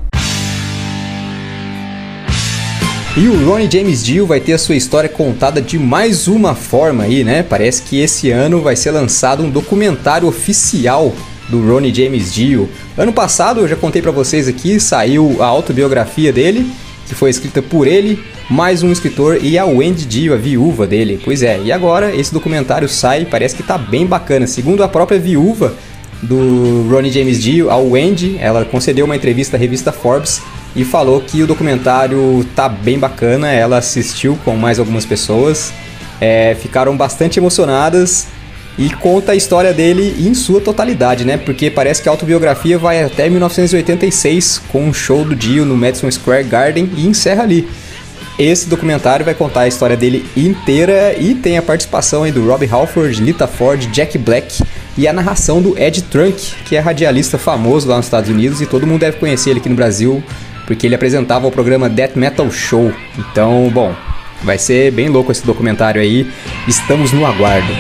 E o Ronnie James Dio vai ter a sua história contada de mais uma forma aí, né? Parece que esse ano vai ser lançado um documentário oficial do Ronnie James Dio. Ano passado, eu já contei pra vocês aqui, saiu a autobiografia dele, que foi escrita por ele, mais um escritor, e a Wendy Dio, a viúva dele. Pois é, e agora esse documentário sai, parece que tá bem bacana. Segundo a própria viúva do Ronnie James Dio, a Wendy, ela concedeu uma entrevista à revista Forbes e falou que o documentário tá bem bacana. Ela assistiu com mais algumas pessoas, é, ficaram bastante emocionadas, e conta a história dele em sua totalidade, né? Porque parece que a autobiografia vai até mil novecentos e oitenta e seis, com um show do Dio no Madison Square Garden, e encerra ali. Esse documentário vai contar a história dele inteira e tem a participação aí do Rob Halford, Lita Ford, Jack Black e a narração do Ed Trunk, que é radialista famoso lá nos Estados Unidos, e todo mundo deve conhecer ele aqui no Brasil, porque ele apresentava o programa Death Metal Show. Então, bom, vai ser bem louco esse documentário aí, estamos no aguardo.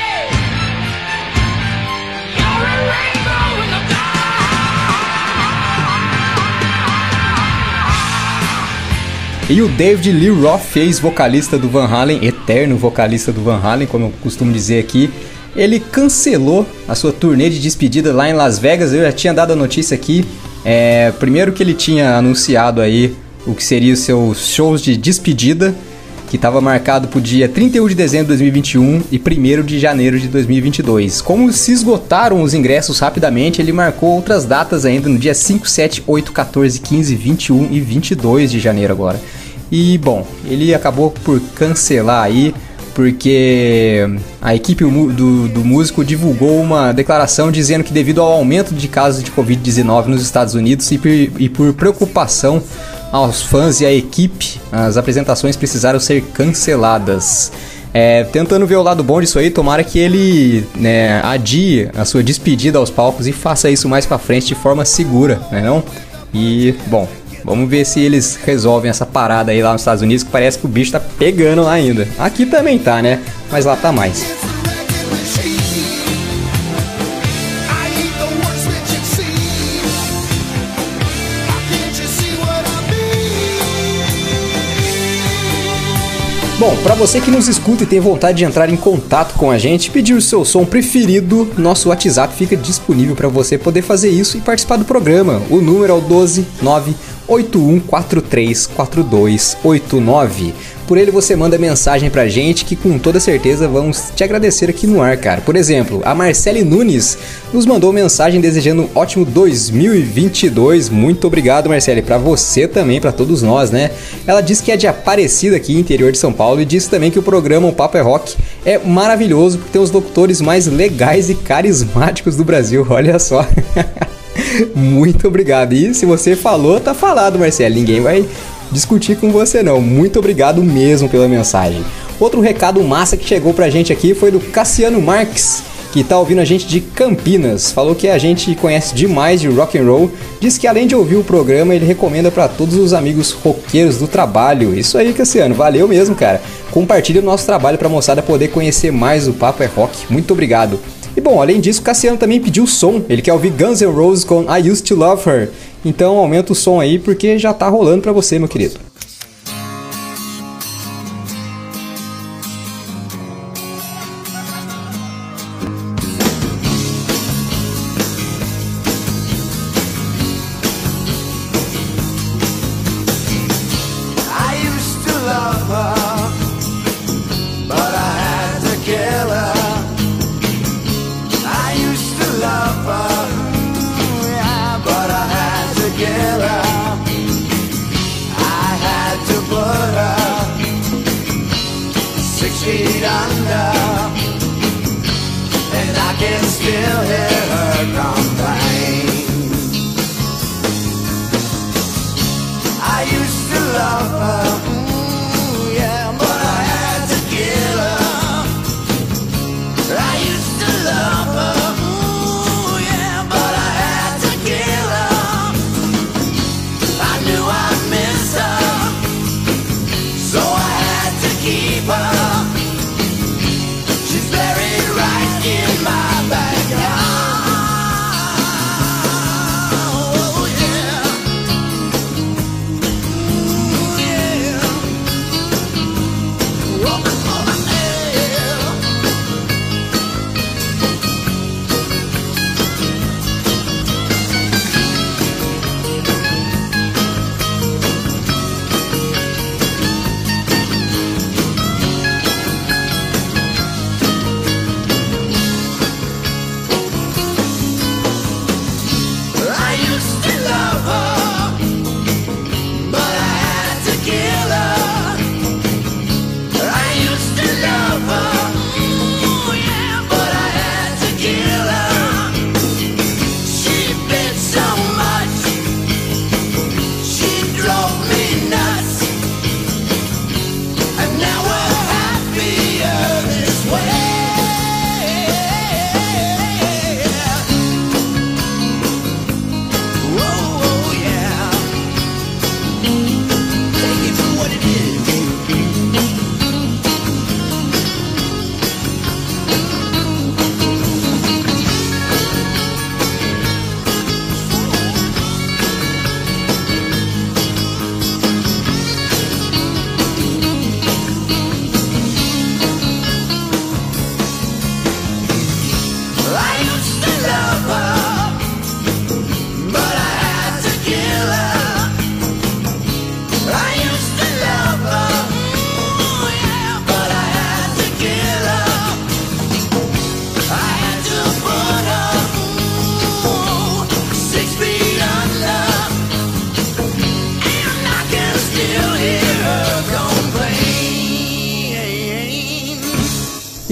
E o David Lee Roth, ex-vocalista do Van Halen, eterno vocalista do Van Halen, como eu costumo dizer aqui, ele cancelou a sua turnê de despedida lá em Las Vegas. Eu já tinha dado a notícia aqui, é, primeiro que ele tinha anunciado aí o que seria os seus shows de despedida, que estava marcado para o dia trinta e um de dezembro de dois mil e vinte e um e primeiro de janeiro de dois mil e vinte e dois. Como se esgotaram os ingressos rapidamente, ele marcou outras datas ainda no dia cinco, sete, oito, quatorze, quinze, vinte e um e vinte e dois de janeiro agora. E, bom, ele acabou por cancelar aí, porque a equipe do, do músico divulgou uma declaração dizendo que devido ao aumento de casos de covid dezenove nos Estados Unidos e por, e por preocupação aos fãs e à equipe, as apresentações precisaram ser canceladas. É, tentando ver o lado bom disso aí, tomara que ele, né, adie a sua despedida aos palcos e faça isso mais pra frente de forma segura, né não? E, bom, vamos ver se eles resolvem essa parada aí lá nos Estados Unidos, que parece que o bicho tá pegando lá ainda. Aqui também tá, né? Mas lá tá mais. Bom, para você que nos escuta e tem vontade de entrar em contato com a gente, pedir o seu som preferido, nosso WhatsApp fica disponível para você poder fazer isso e participar do programa. O número é o doze nove oito um quatro três quatro dois oito nove. Por ele você manda mensagem pra gente que com toda certeza vamos te agradecer aqui no ar, cara. Por exemplo, a Marcele Nunes nos mandou mensagem desejando um ótimo dois mil e vinte e dois. Muito obrigado, Marcele, pra você também, pra todos nós, né? Ela disse que é de Aparecida aqui, interior de São Paulo, e disse também que o programa O Papo é Rock é maravilhoso porque tem os locutores mais legais e carismáticos do Brasil. Olha só. Muito obrigado. E se você falou, tá falado, Marcelo. Ninguém vai discutir com você não. Muito obrigado mesmo pela mensagem. Outro recado massa que chegou pra gente aqui foi do Cassiano Marques, que tá ouvindo a gente de Campinas. Falou que a gente conhece demais de rock and roll. Diz que além de ouvir o programa, ele recomenda pra todos os amigos roqueiros do trabalho. Isso aí, Cassiano. Valeu mesmo, cara. Compartilha o nosso trabalho pra moçada poder conhecer mais o Papo é Rock. Muito obrigado. E bom, além disso, o Cassiano também pediu som. Ele quer ouvir Guns N' Roses com I Used to Love Her. Então aumenta o som aí porque já tá rolando pra você, meu querido. Yeah.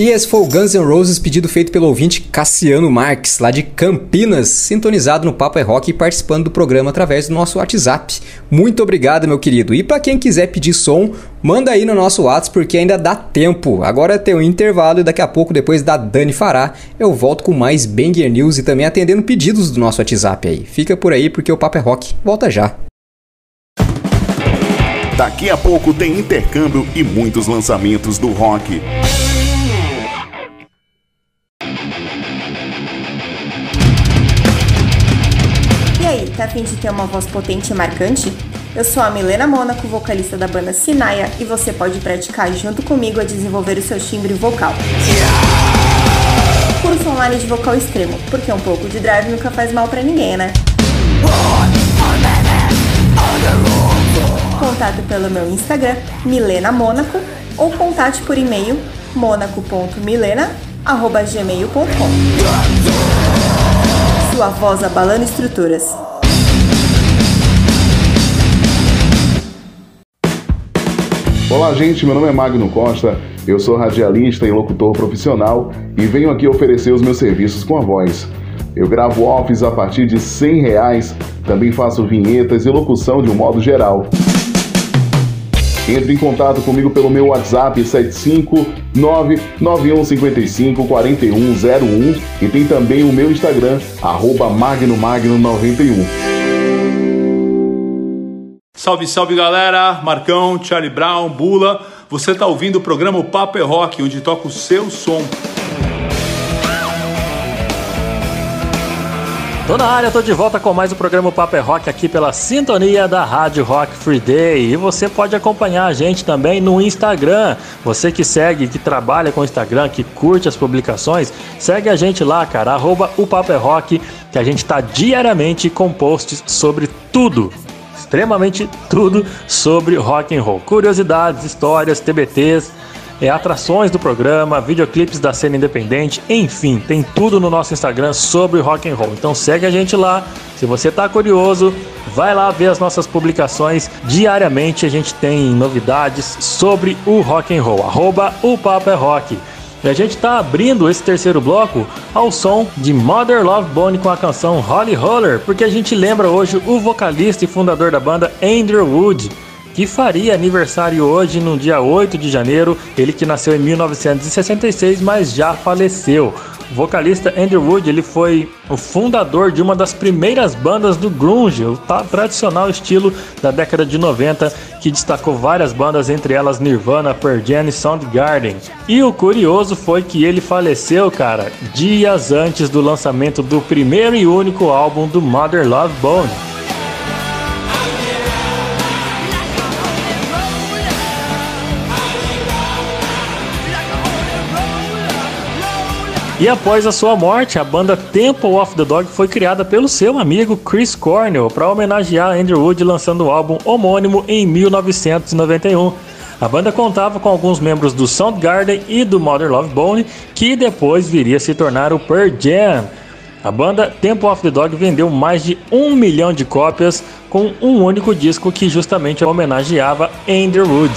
E esse foi o Guns N' Roses, pedido feito pelo ouvinte Cassiano Marques, lá de Campinas, sintonizado no Papo é Rock e participando do programa através do nosso WhatsApp. Muito obrigado, meu querido. E para quem quiser pedir som, manda aí no nosso WhatsApp, porque ainda dá tempo. Agora tem um intervalo e daqui a pouco, depois da Dani Fará, eu volto com mais Banger News e também atendendo pedidos do nosso WhatsApp aí. Fica por aí, porque o Papo é Rock volta já. Daqui a pouco tem intercâmbio e muitos lançamentos do rock. E aí, tá a fim de ter uma voz potente e marcante? Eu sou a Milena Mônaco, vocalista da banda Sinaia, e você pode praticar junto comigo a desenvolver o seu timbre vocal. Curso online de vocal extremo, porque um pouco de drive nunca faz mal pra ninguém, né? Contato pelo meu Instagram, Milena Mônaco, ou contate por e-mail, monaco ponto milena arroba gmail ponto com. Sua voz abalando estruturas. Olá, gente, meu nome é Magno Costa, eu sou radialista e locutor profissional e venho aqui oferecer os meus serviços com a voz. Eu gravo offs a partir de cem reais, também faço vinhetas e locução de um modo geral. Entre em contato comigo pelo meu WhatsApp sete cinco nove nove um cinco cinco quatro um zero um e tem também o meu Instagram, arroba magnomagno noventa e um. Salve, salve galera, Marcão, Charlie Brown, Bula, você tá ouvindo o programa O Papo é Rock, onde toca o seu som. Tô na área, tô de volta com mais o programa O Papo é Rock aqui pela sintonia da Rádio Rock Free Day. E você pode acompanhar a gente também no Instagram. Você que segue, que trabalha com o Instagram, que curte as publicações, segue a gente lá, cara, arroba O Papo é Rock, que a gente tá diariamente com posts sobre tudo, extremamente tudo sobre rock and roll. Curiosidades, histórias, T B Ts, é, atrações do programa, videoclipes da cena independente, enfim, tem tudo no nosso Instagram sobre rock and roll. Então segue a gente lá. Se você tá curioso, vai lá ver as nossas publicações. Diariamente a gente tem novidades sobre o rock and roll. Arroba o Papo é Rock. E a gente tá abrindo esse terceiro bloco ao som de Mother Love Bone com a canção Holly Roller, porque a gente lembra hoje o vocalista e fundador da banda Andrew Wood, que faria aniversário hoje no dia oito de janeiro, ele que nasceu em mil novecentos e sessenta e seis, mas já faleceu. O vocalista Andrew Wood, ele foi o fundador de uma das primeiras bandas do grunge, o tradicional estilo da década de noventa, que destacou várias bandas, entre elas Nirvana, Pearl Jam e Soundgarden. E o curioso foi que ele faleceu, cara, dias antes do lançamento do primeiro e único álbum do Mother Love Bone. E após a sua morte, a banda Temple of the Dog foi criada pelo seu amigo Chris Cornell para homenagear Andrew Wood, lançando o álbum homônimo em mil novecentos e noventa e um. A banda contava com alguns membros do Soundgarden e do Mother Love Bone, que depois viria a se tornar o Pearl Jam. A banda Temple of the Dog vendeu mais de um milhão de cópias com um único disco que justamente homenageava Andrew Wood.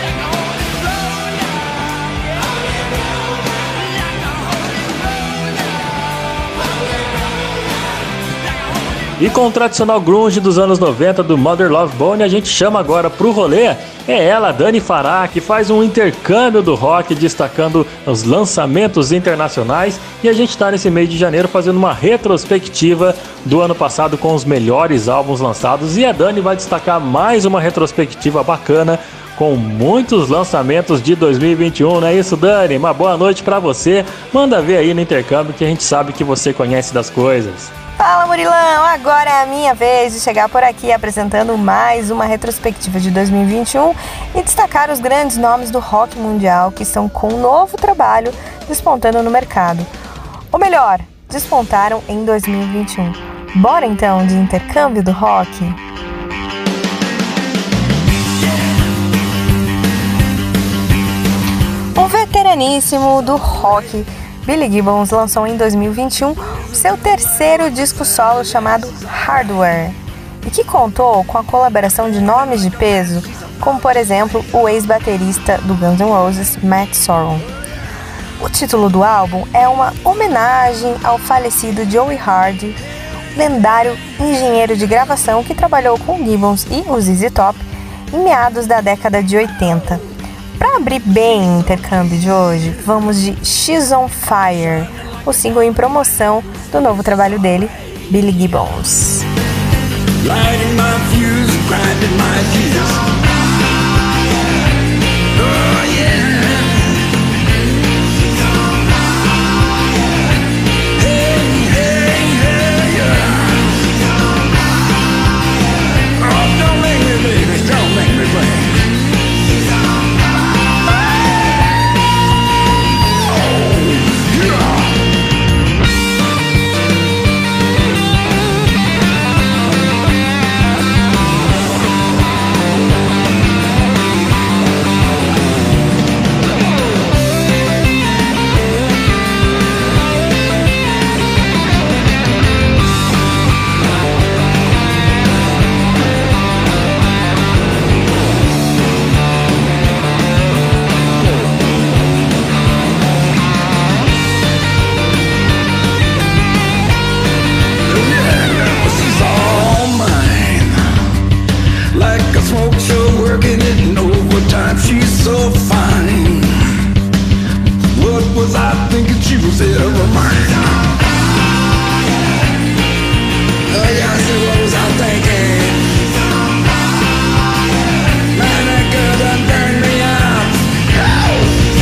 E com o tradicional grunge dos anos noventa do Mother Love Bone, a gente chama agora pro rolê, é ela, Dani Fará, que faz um intercâmbio do rock destacando os lançamentos internacionais, e a gente tá nesse mês de janeiro fazendo uma retrospectiva do ano passado com os melhores álbuns lançados, e a Dani vai destacar mais uma retrospectiva bacana com muitos lançamentos de dois mil e vinte e um, não é isso, Dani? Uma boa noite pra você, manda ver aí no intercâmbio que a gente sabe que você conhece das coisas. Fala, Murilão! Agora é a minha vez de chegar por aqui apresentando mais uma retrospectiva de dois mil e vinte e um e destacar os grandes nomes do rock mundial que estão com um novo trabalho despontando no mercado. Ou melhor, despontaram em dois mil e vinte e um. Bora então de intercâmbio do rock? O veteraníssimo do rock, Billy Gibbons, lançou em dois mil e vinte e um o seu terceiro disco solo chamado Hardware, e que contou com a colaboração de nomes de peso, como por exemplo o ex-baterista do Guns N' Roses, Matt Sorum. O título do álbum é uma homenagem ao falecido Joey Hardy, lendário engenheiro de gravação que trabalhou com Gibbons e o Z Z Top em meados da década de oitenta. Para abrir bem o intercâmbio de hoje, vamos de She's on Fire, o single em promoção do novo trabalho dele, Billy Gibbons. Lighting my fuse, grinding my gears. Oh yeah. Hey, hey, hey, yeah. Oh, don't make me, baby, don't make me play. She's so fine. What was I thinking she was ever mine? Oh yeah, I said, what was I thinking? Man, that girl done burned me out. Oh.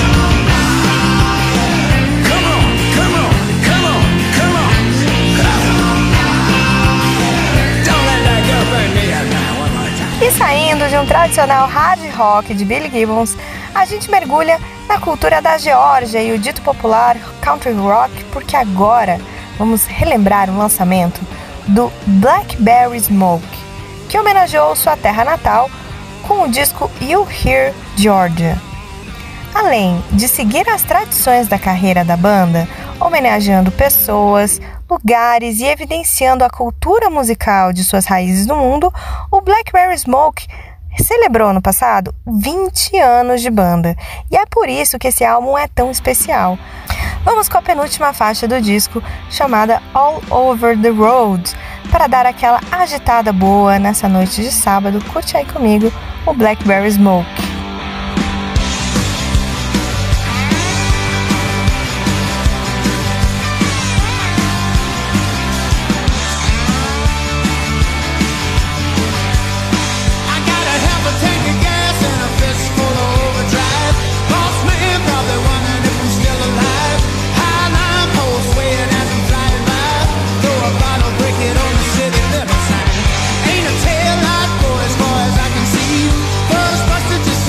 Come on, come on, come on, come on. Oh. Don't let that girl burn me out now. One more time. E saindo de um tradicional hard rock de Billy Gibbons, a gente mergulha na cultura da Geórgia e o dito popular country rock, porque agora vamos relembrar o lançamento do Blackberry Smoke, que homenageou sua terra natal com o disco You Hear Georgia. Além de seguir as tradições da carreira da banda, homenageando pessoas, lugares e evidenciando a cultura musical de suas raízes no mundo, o Blackberry Smoke celebrou no passado vinte anos de banda, e é por isso que esse álbum é tão especial. Vamos com a penúltima faixa do disco, chamada All Over the Road, para dar aquela agitada boa nessa noite de sábado. Curte aí comigo o Blackberry Smoke. Ain't a tail light for as far as I can see. First busted just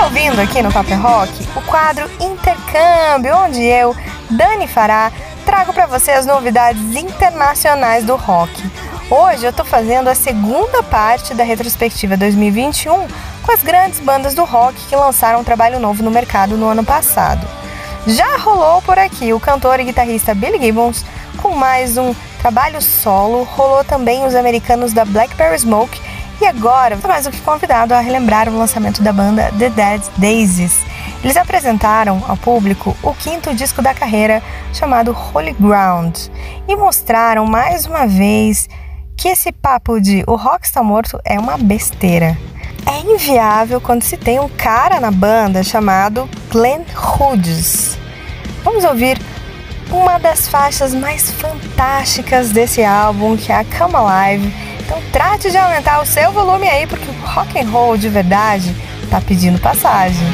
está ouvindo aqui no Paper Rock o quadro Intercâmbio, onde eu, Dani Fará, trago para você as novidades internacionais do rock. Hoje eu estou fazendo a segunda parte da retrospectiva dois mil e vinte e um com as grandes bandas do rock que lançaram um trabalho novo no mercado no ano passado. Já rolou por aqui o cantor e guitarrista Billy Gibbons com mais um trabalho solo, rolou também os americanos da Blackberry Smoke e agora estou mais do que convidado a relembrar o lançamento da banda The Dead Daisies. Eles apresentaram ao público o quinto disco da carreira chamado Holy Ground e mostraram mais uma vez que esse papo de o rock está morto é uma besteira. É inviável quando se tem um cara na banda chamado Glenn Hughes. Vamos ouvir uma das faixas mais fantásticas desse álbum, que é a Come Alive. Então trate de aumentar o seu volume aí, porque o rock and roll de verdade tá pedindo passagem.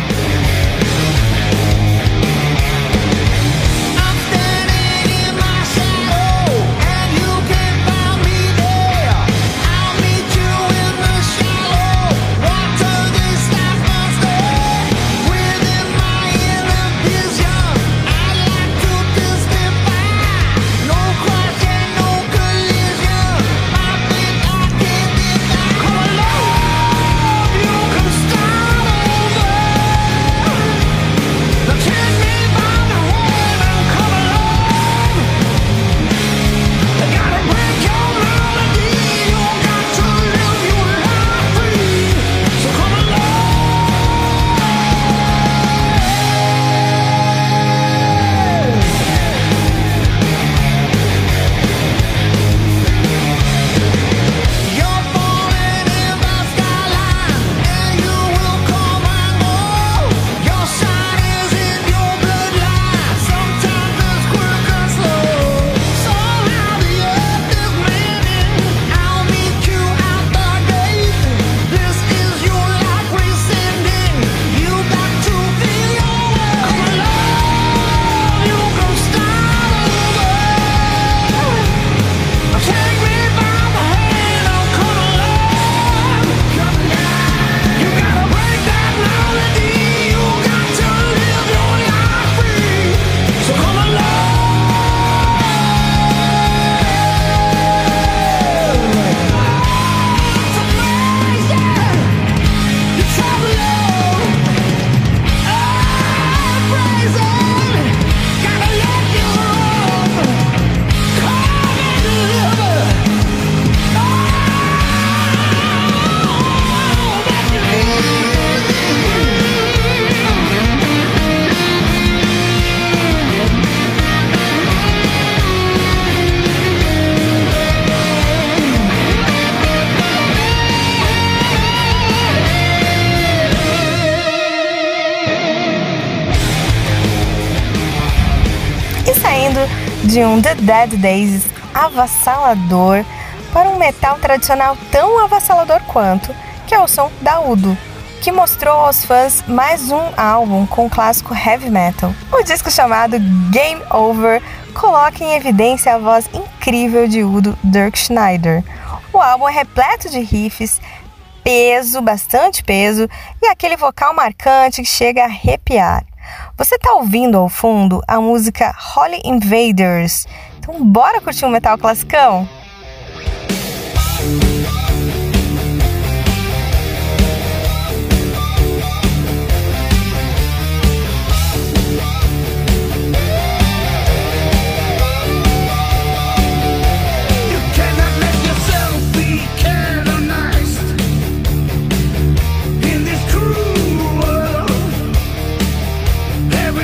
De um The Dead Daisies avassalador para um metal tradicional tão avassalador quanto, que é o som da Udo, que mostrou aos fãs mais um álbum com o clássico heavy metal. O disco chamado Game Over coloca em evidência a voz incrível de Udo Dirk Schneider. O álbum é repleto de riffs, peso, bastante peso, e aquele vocal marcante que chega a arrepiar. Você tá ouvindo ao fundo a música Holy Invaders. Então bora curtir um metal classicão?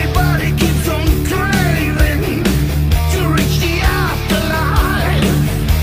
Keeps on driving to reach the afterlife.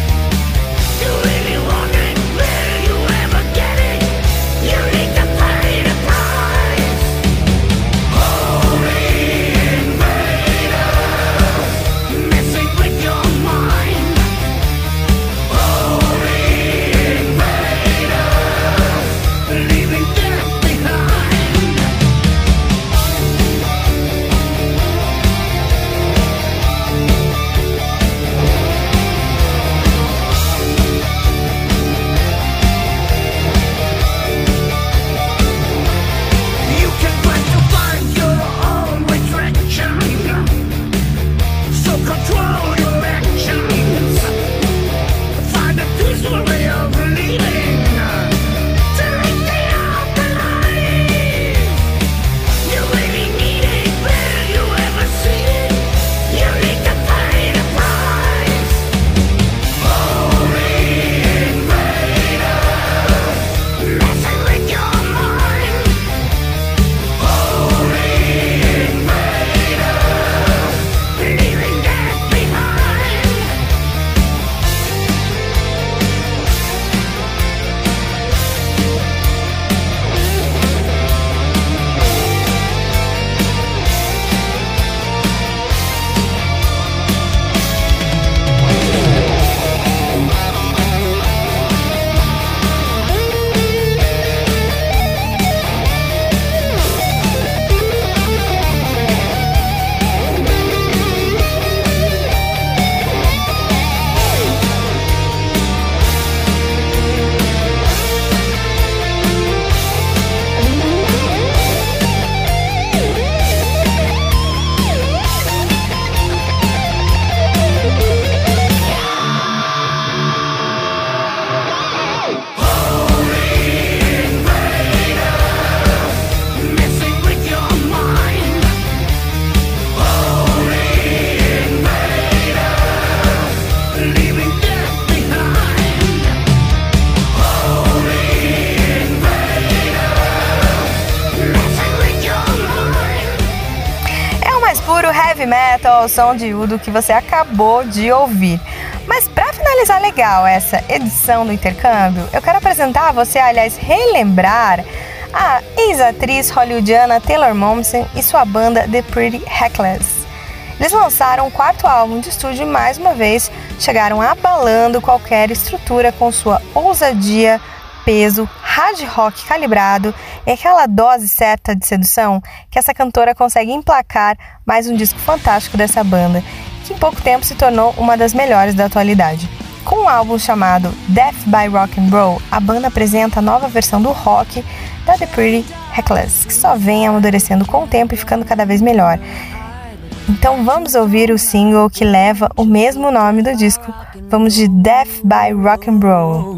heavy metal ao som de Udo que você acabou de ouvir. Mas para finalizar legal essa edição do intercâmbio, eu quero apresentar a você, aliás, relembrar a ex-atriz hollywoodiana Taylor Momsen e sua banda The Pretty Reckless. Eles lançaram o quarto álbum de estúdio e, mais uma vez, chegaram abalando qualquer estrutura com sua ousadia, peso, hard rock calibrado e aquela dose certa de sedução que essa cantora consegue emplacar mais um disco fantástico dessa banda, que em pouco tempo se tornou uma das melhores da atualidade. Com um álbum chamado Death by Rock and Roll, a banda apresenta a nova versão do rock da The Pretty Reckless, que só vem amadurecendo com o tempo e ficando cada vez melhor. Então vamos ouvir o single que leva o mesmo nome do disco. Vamos de Death by Rock and Roll.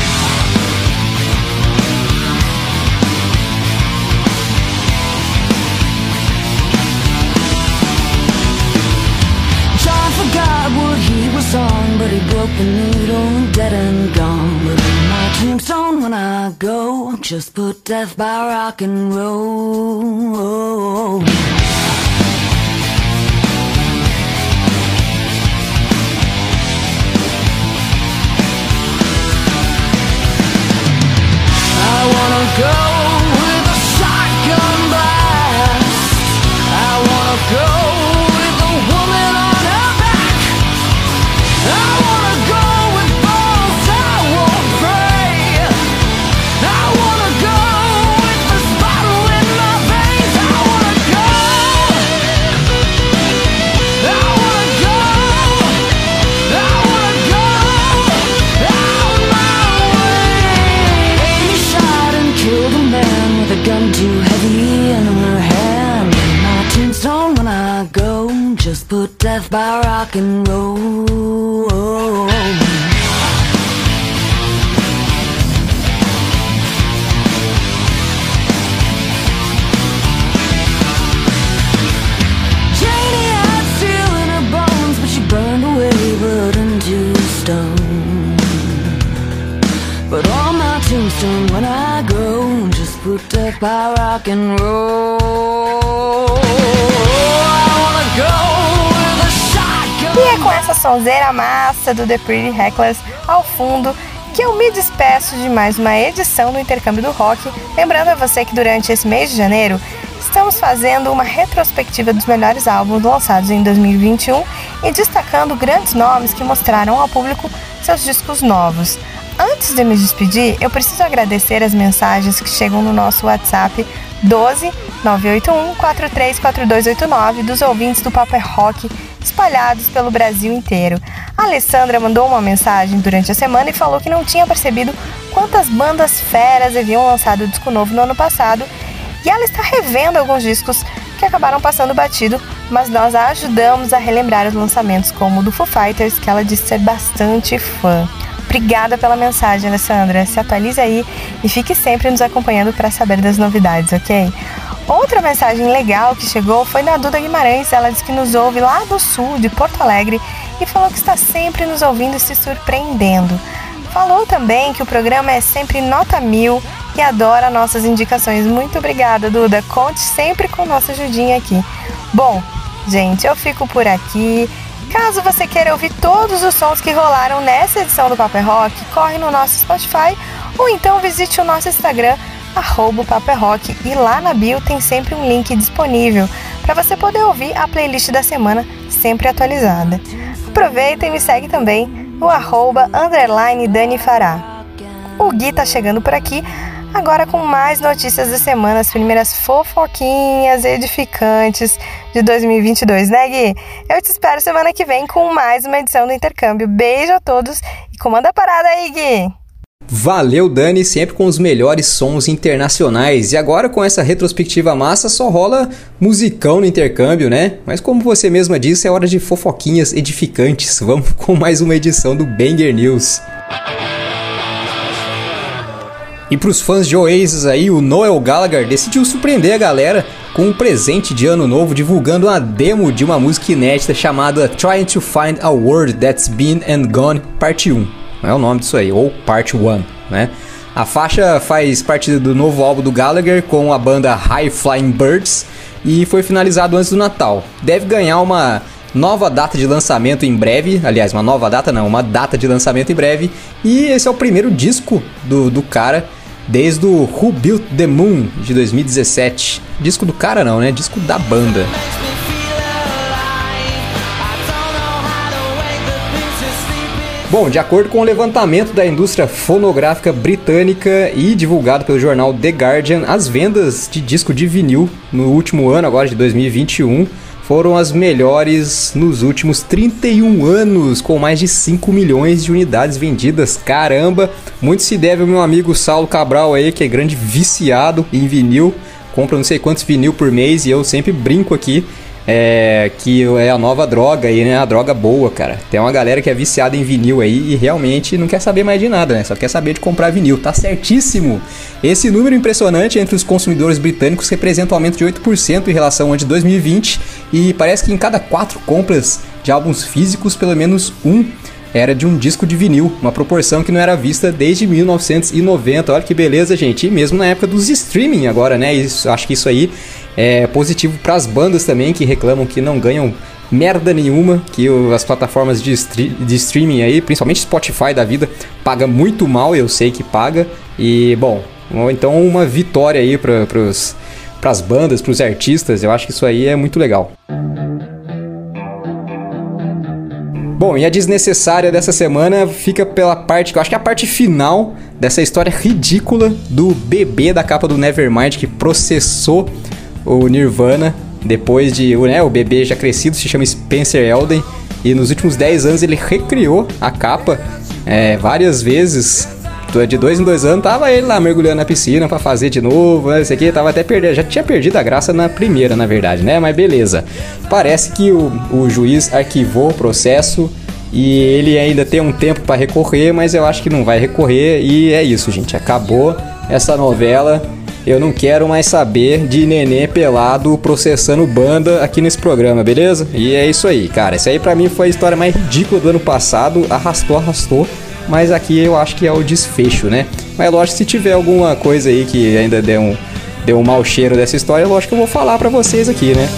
John forgot what he was on, but he broke the needle, dead and gone. But in my tombstone when I go, just put death by rock and roll. I wanna go with a shotgun blast. I wanna go with a woman on her back. I wanna go with balls I won't break. I wanna go with this bottle in my veins. I wanna go. I wanna go. I wanna go out my way. Amy shot and killed a man with a gun too heavy in her hand. In my tombstone when I go, just put death by rock and roll. Janie had steel in her bones, but she burned away, blood into stone. But on my tombstone when I go, just put death by rock and roll. I wanna go with a shotgun. E é com essa sonzeira massa do The Pretty Reckless ao fundo que eu me despeço de mais uma edição do Intercâmbio do Rock. Lembrando a você que durante esse mês de janeiro estamos fazendo uma retrospectiva dos melhores álbuns lançados em dois mil e vinte e um e destacando grandes nomes que mostraram ao público seus discos novos. Antes de me despedir, eu preciso agradecer as mensagens que chegam no nosso WhatsApp doze nove oito um quatro três quatro dois oito nove dos ouvintes do Papo é Rock espalhados pelo Brasil inteiro. A Alessandra mandou uma mensagem durante a semana e falou que não tinha percebido quantas bandas feras haviam lançado disco novo no ano passado, e ela está revendo alguns discos que acabaram passando batido, mas nós a ajudamos a relembrar os lançamentos como o do Foo Fighters, que ela disse ser bastante fã. Obrigada pela mensagem, Alessandra. Se atualize aí e fique sempre nos acompanhando para saber das novidades, ok? Outra mensagem legal que chegou foi da Duda Guimarães. Ela disse que nos ouve lá do sul, de Porto Alegre, e falou que está sempre nos ouvindo e se surpreendendo. Falou também que o programa é sempre nota mil e adora nossas indicações. Muito obrigada, Duda. Conte sempre com nossa ajudinha aqui. Bom, gente, eu fico por aqui. Caso você queira ouvir todos os sons que rolaram nessa edição do Papo é Rock, corre no nosso Spotify ou então visite o nosso Instagram, arroba Papo é Rock, e lá na bio tem sempre um link disponível para você poder ouvir a playlist da semana sempre atualizada. Aproveita e me segue também no arroba underline Dani Fará. O Gui tá chegando por aqui, agora com mais notícias da semana, as primeiras fofoquinhas edificantes de dois mil e vinte e dois, né, Gui? Eu te espero semana que vem com mais uma edição do Intercâmbio. Beijo a todos e comanda a parada aí, Gui! Valeu, Dani, sempre com os melhores sons internacionais. E agora com essa retrospectiva massa só rola musicão no intercâmbio, né? Mas como você mesma disse, é hora de fofoquinhas edificantes. Vamos com mais uma edição do Banger News. E pros fãs de Oasis aí, o Noel Gallagher decidiu surpreender a galera com um presente de ano novo, divulgando uma demo de uma música inédita chamada Trying to Find a Word That's Been and Gone Parte um. Não é o nome disso aí, ou Parte um, né? A faixa faz parte do novo álbum do Gallagher com a banda High Flying Birds e foi finalizado antes do Natal. Deve ganhar uma nova data de lançamento em breve, aliás, uma nova data não, uma data de lançamento em breve, e esse é o primeiro disco do, do cara desde o Who Built the Moon de dois mil e dezessete. Disco do cara não, né? Disco da banda. Bom, de acordo com o levantamento da indústria fonográfica britânica e divulgado pelo jornal The Guardian, as vendas de disco de vinil no último ano, agora de dois mil e vinte e um, foram as melhores nos últimos trinta e um anos, com mais de cinco milhões de unidades vendidas. Caramba! Muito se deve ao meu amigo Saulo Cabral aí, que é grande viciado em vinil, compra não sei quantos vinil por mês, e eu sempre brinco aqui É, que é a nova droga aí, né? A droga boa, cara. Tem uma galera que é viciada em vinil aí e realmente não quer saber mais de nada, né? Só quer saber de comprar vinil. Tá certíssimo! Esse número impressionante entre os consumidores britânicos representa um aumento de oito por cento em relação ao de dois mil e vinte, e parece que em cada quatro compras de álbuns físicos, pelo menos um era de um disco de vinil, uma proporção que não era vista desde mil novecentos e noventa. Olha que beleza, gente. E mesmo na época dos streaming agora, né? Isso, acho que isso aí é positivo para as bandas também, que reclamam que não ganham merda nenhuma, que o, as plataformas de, stre- de streaming aí, principalmente Spotify da vida, paga muito mal, eu sei que paga. E, bom, então uma vitória aí para as bandas, para os artistas, eu acho que isso aí é muito legal. Bom, e a desnecessária dessa semana fica pela parte, que eu acho que é a parte final dessa história ridícula do bebê da capa do Nevermind que processou o Nirvana depois de, né, o bebê já crescido, se chama Spencer Elden, e nos últimos dez anos ele recriou a capa é, várias vezes. De dois em dois anos tava ele lá mergulhando na piscina pra fazer de novo, né? Esse aqui tava até perdendo, já tinha perdido a graça na primeira, na verdade, né? Mas beleza. Parece que o, o juiz arquivou o processo e ele ainda tem um tempo pra recorrer, mas eu acho que não vai recorrer e é isso, gente. Acabou essa novela. Eu não quero mais saber de nenê pelado processando banda aqui nesse programa, beleza? E é isso aí, cara. Isso aí pra mim foi a história mais ridícula do ano passado. Arrastou, arrastou. Mas aqui eu acho que é o desfecho, né? Mas lógico, se tiver alguma coisa aí que ainda deu um, deu um mau cheiro dessa história, lógico que eu vou falar pra vocês aqui, né?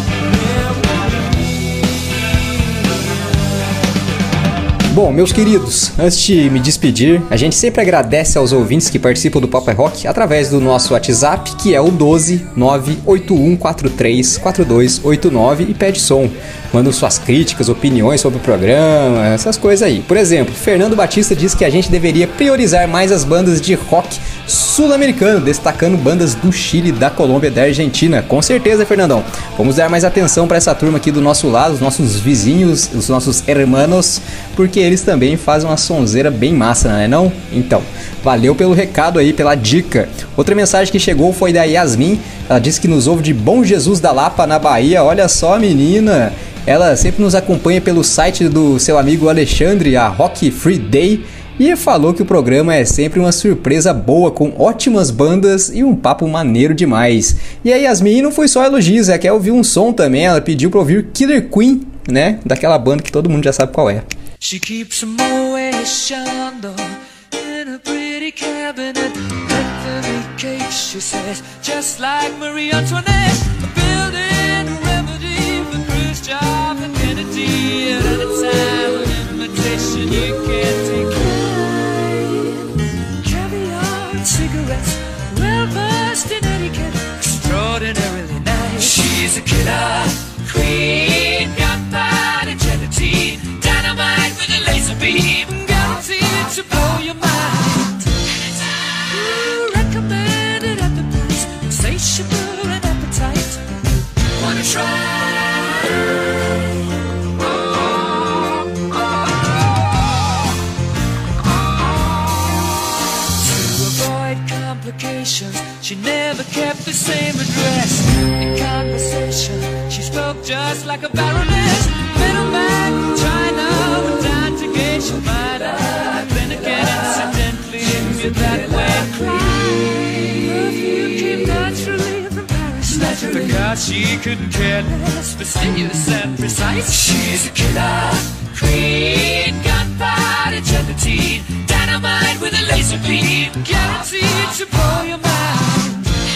Bom, meus queridos, antes de me despedir, a gente sempre agradece aos ouvintes que participam do Papo é Rock através do nosso WhatsApp, que é o doze nove oito um quatro três quatro dois oito nove, e pede som. Mandam suas críticas, opiniões sobre o programa, essas coisas aí. Por exemplo, Fernando Batista diz que a gente deveria priorizar mais as bandas de rock sul-americano, destacando bandas do Chile, da Colômbia e da Argentina. Com certeza, Fernandão. Vamos dar mais atenção para essa turma aqui do nosso lado, os nossos vizinhos, os nossos hermanos, porque eles também fazem uma sonzeira bem massa, não é não? Então, valeu pelo recado aí, pela dica. Outra mensagem que chegou foi da Yasmin. Ela disse que nos ouve de Bom Jesus da Lapa, na Bahia. Olha só, menina! Ela sempre nos acompanha pelo site do seu amigo Alexandre, a Rock Free Day, e falou que o programa é sempre uma surpresa boa, com ótimas bandas e um papo maneiro demais. E a Yasmin não foi só elogios, é que quer ouvir um som também. Ela pediu pra ouvir Killer Queen, né? Daquela banda que todo mundo já sabe qual é. She keeps a Moet Chandon in a pretty cabinet. Anthony cake, she says, just like Marie Antoinette. Building a remedy for Khrushchev and Kennedy. At any time, an invitation you can't take. Caviar and cigarettes, well versed in etiquette, extraordinarily nice. She's a killer queen, gunpowder gelatine. Dynamite with a laser beam, guaranteed to blow your mind. Ooh, recommended at the price, insatiable and appetite. Wanna try? Oh, oh, oh. To avoid complications, she never kept the same address. In conversation, she spoke just like a baroness. Middleman, China, with time to gauge your mind. Then again, incidentally, you're that way. Perfume came naturally from Paris. Naturally. Because she couldn't care less, fastidious and precise. She's a killer queen, gunpowder. body gelatine. Dynamite with a laser beam. Guaranteed to blow your mind.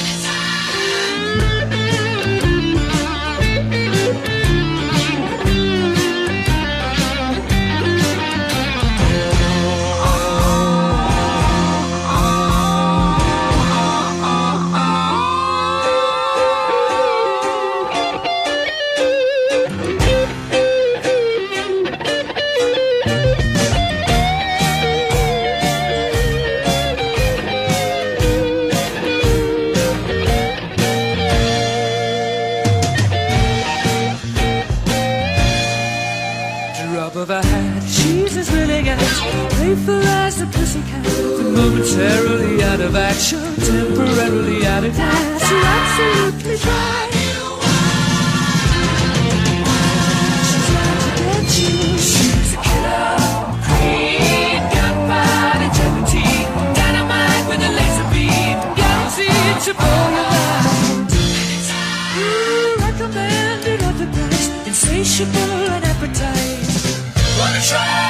Playful as the pussycat, momentarily out of action, temporarily out of gas. You're absolutely dry. She's out to get you. She's a killer queen. Gunpowder gelatine, dynamite with a laser beam. Guaranteed to blow your mind. Ooh, recommended at the price, insatiable and appetite. Wanna try?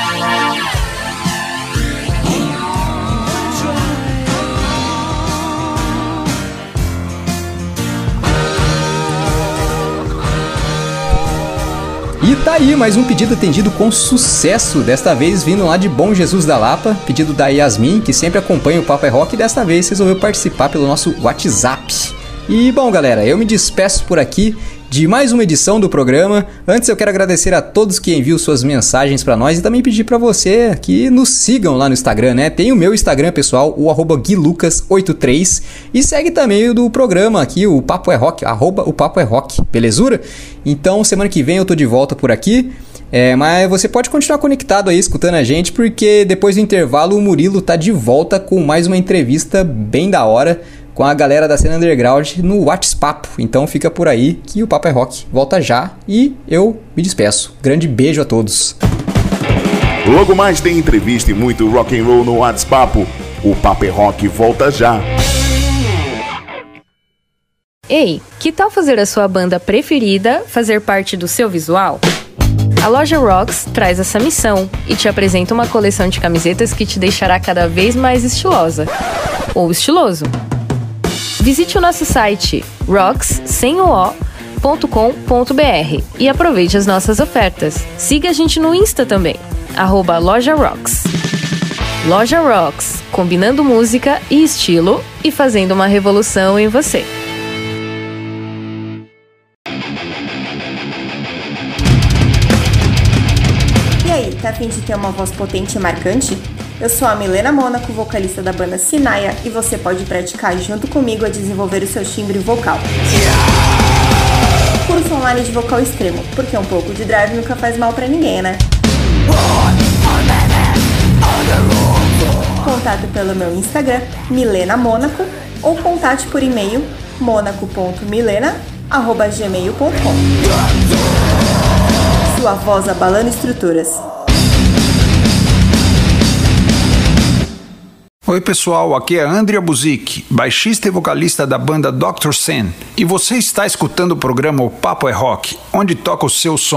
E tá aí mais um pedido atendido com sucesso, desta vez vindo lá de Bom Jesus da Lapa, pedido da Yasmin, que sempre acompanha o Papo é Rock, e desta vez resolveu participar pelo nosso WhatsApp. E bom galera, eu me despeço por aqui de mais uma edição do programa. Antes eu quero agradecer a todos que enviam suas mensagens pra nós e também pedir pra você que nos sigam lá no Instagram, né? Tem o meu Instagram pessoal, o arroba gui lucas oitenta e três, e segue também o do programa aqui, o Papo é Rock, arroba o Papo é Rock, belezura? Então semana que vem eu tô de volta por aqui. É, mas você pode continuar conectado aí, escutando a gente, porque depois do intervalo o Murilo tá de volta com mais uma entrevista bem da hora com a galera da cena underground no WhatsApp. Então fica por aí que o Papo é Rock volta já e eu me despeço. Grande beijo a todos. Logo mais tem entrevista e muito rock and roll no WhatsApp. O Papo é Rock volta já. Ei, que tal fazer a sua banda preferida fazer parte do seu visual? A loja Rocks traz essa missão e te apresenta uma coleção de camisetas que te deixará cada vez mais estilosa. Ou estiloso. Visite o nosso site rocks sem o o ponto com ponto br e aproveite as nossas ofertas. Siga a gente no Insta também, arroba Loja Rocks. Loja Rocks, combinando música e estilo e fazendo uma revolução em você. E aí, tá a fim de ter uma voz potente e marcante? Eu sou a Milena Mônaco, vocalista da banda Sinaia, e você pode praticar junto comigo a desenvolver o seu timbre vocal. Curso online de vocal extremo, porque um pouco de drive nunca faz mal pra ninguém, né? Contato pelo meu Instagram, Milena Mônaco, ou contate por e-mail, monaco ponto milena arroba gmail ponto com. Sua voz abalando estruturas. Oi pessoal, aqui é Andrea Buzik, baixista e vocalista da banda doutor Sen, e você está escutando o programa O Papo é Rock, onde toca o seu som.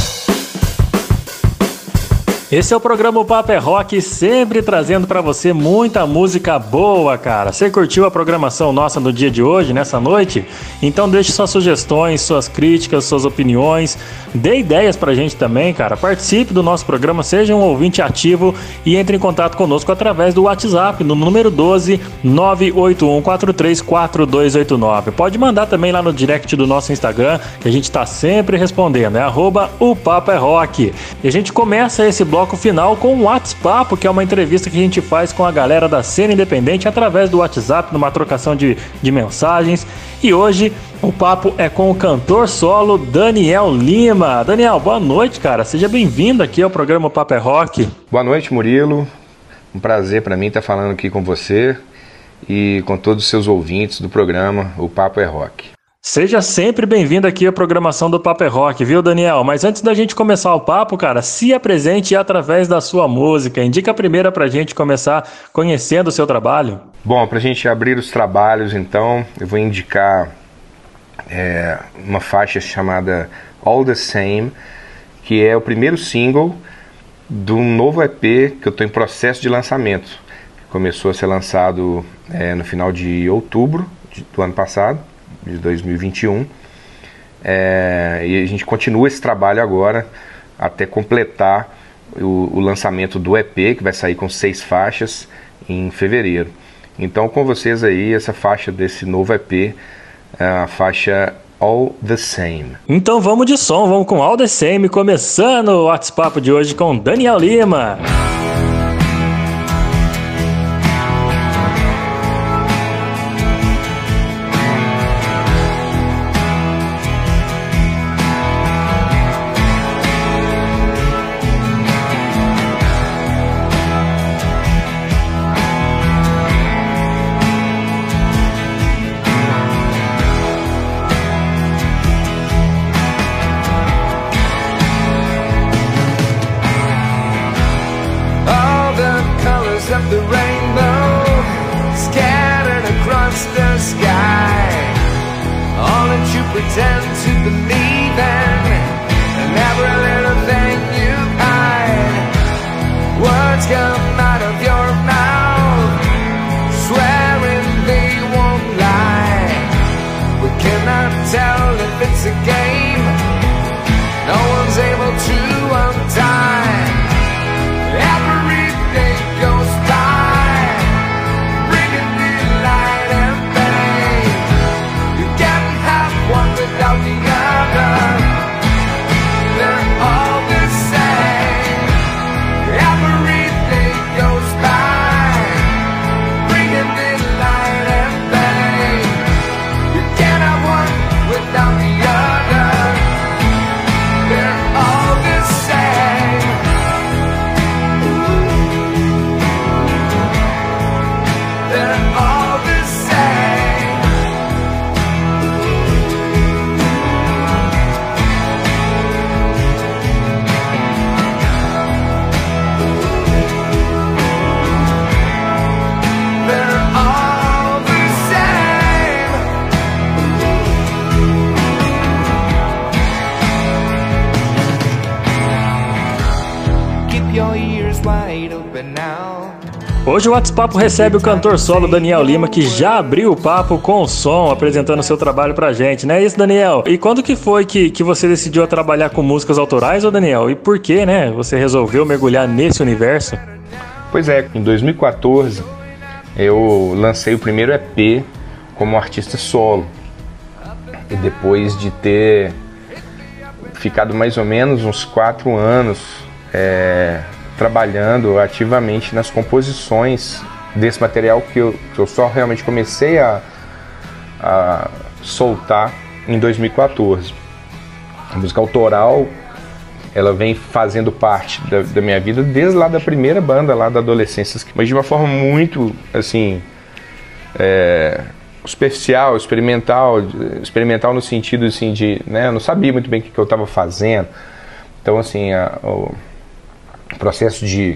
Esse é o programa O Papo é Rock, sempre trazendo pra você muita música boa, cara. Você curtiu a programação nossa no dia de hoje, nessa noite? Então deixe suas sugestões, suas críticas, suas opiniões. Dê ideias pra gente também, cara. Participe do nosso programa, seja um ouvinte ativo e entre em contato conosco através do WhatsApp, no número doze, nove oito um quatro três quatro dois oito nove. Pode mandar também lá no direct do nosso Instagram, que a gente tá sempre respondendo. É arroba o Papo é Rock. E a gente começa esse bloco bloco final com o WhatsApp, que é uma entrevista que a gente faz com a galera da cena independente através do WhatsApp, numa trocação de, de mensagens. E hoje o papo é com o cantor solo Daniel Lima. Daniel, boa noite, cara. Seja bem-vindo aqui ao programa Papo é Rock. Boa noite, Murilo. Um prazer para mim estar falando aqui com você e com todos os seus ouvintes do programa O Papo é Rock. Seja sempre bem-vindo aqui à programação do Papo é Rock, viu, Daniel? Mas antes da gente começar o papo, cara, se apresente através da sua música. Indica a primeira pra gente começar conhecendo o seu trabalho. Bom, pra gente abrir os trabalhos, então, eu vou indicar é, uma faixa chamada All The Same, que é o primeiro single de um novo E P que eu estou em processo de lançamento. Começou a ser lançado é, no final de outubro de, do ano passado, de dois mil e vinte e um. É, e a gente continua esse trabalho agora até completar o, o lançamento do E P, que vai sair com seis faixas em fevereiro. Então, com vocês aí, essa faixa desse novo E P, a faixa All The Same. Então vamos de som, vamos com All The Same, começando o WhatsApp de hoje com Daniel Lima. Of the rainbow scattered across the sky, all that you pretend to believe in, and every little thing you hide. Words come out of your mouth, swearing they won't lie. We cannot tell if it's a game, no one's able to untie. Every day goes by, bringing me light and pain. You can't have one without the other. They're all the same. Every day goes by, bringing me light and pain. You can't have one without the other. They're all the same. They're all the same. They're all the same. Keep your ears wide open now. Hoje o WhatsApp recebe o cantor solo Daniel Lima, que já abriu o papo com o som, apresentando seu trabalho pra gente, não é isso, Daniel? E quando que foi que, que você decidiu a trabalhar com músicas autorais, ô Daniel? E por que, né, você resolveu mergulhar nesse universo? Pois é, em dois mil e quatorze eu lancei o primeiro E P como artista solo. E depois de ter ficado mais ou menos uns quatro anos é, trabalhando ativamente nas composições desse material que eu, que eu só realmente comecei a, a soltar em dois mil e quatorze. A música autoral, ela vem fazendo parte da, da minha vida desde lá da primeira banda, lá da adolescência, mas de uma forma muito, assim, é, superficial, experimental, experimental no sentido, assim, de, né, eu não sabia muito bem o que, que eu estava fazendo. Então, assim, a, o processo de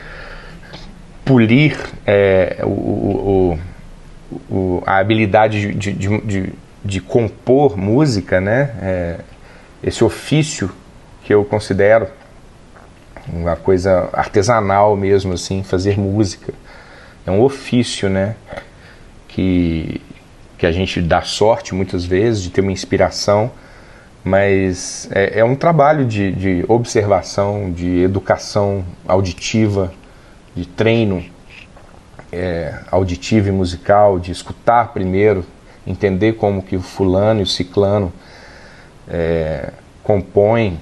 polir é, o, o, o, a habilidade de, de, de, de compor música, né, é, esse ofício que eu considero uma coisa artesanal mesmo, assim, fazer música. É um ofício, né, que, que a gente dá sorte muitas vezes de ter uma inspiração, mas é, é um trabalho de, de observação, de educação auditiva, de treino é, auditivo e musical, de escutar primeiro, entender como que o fulano e o ciclano é, compõem,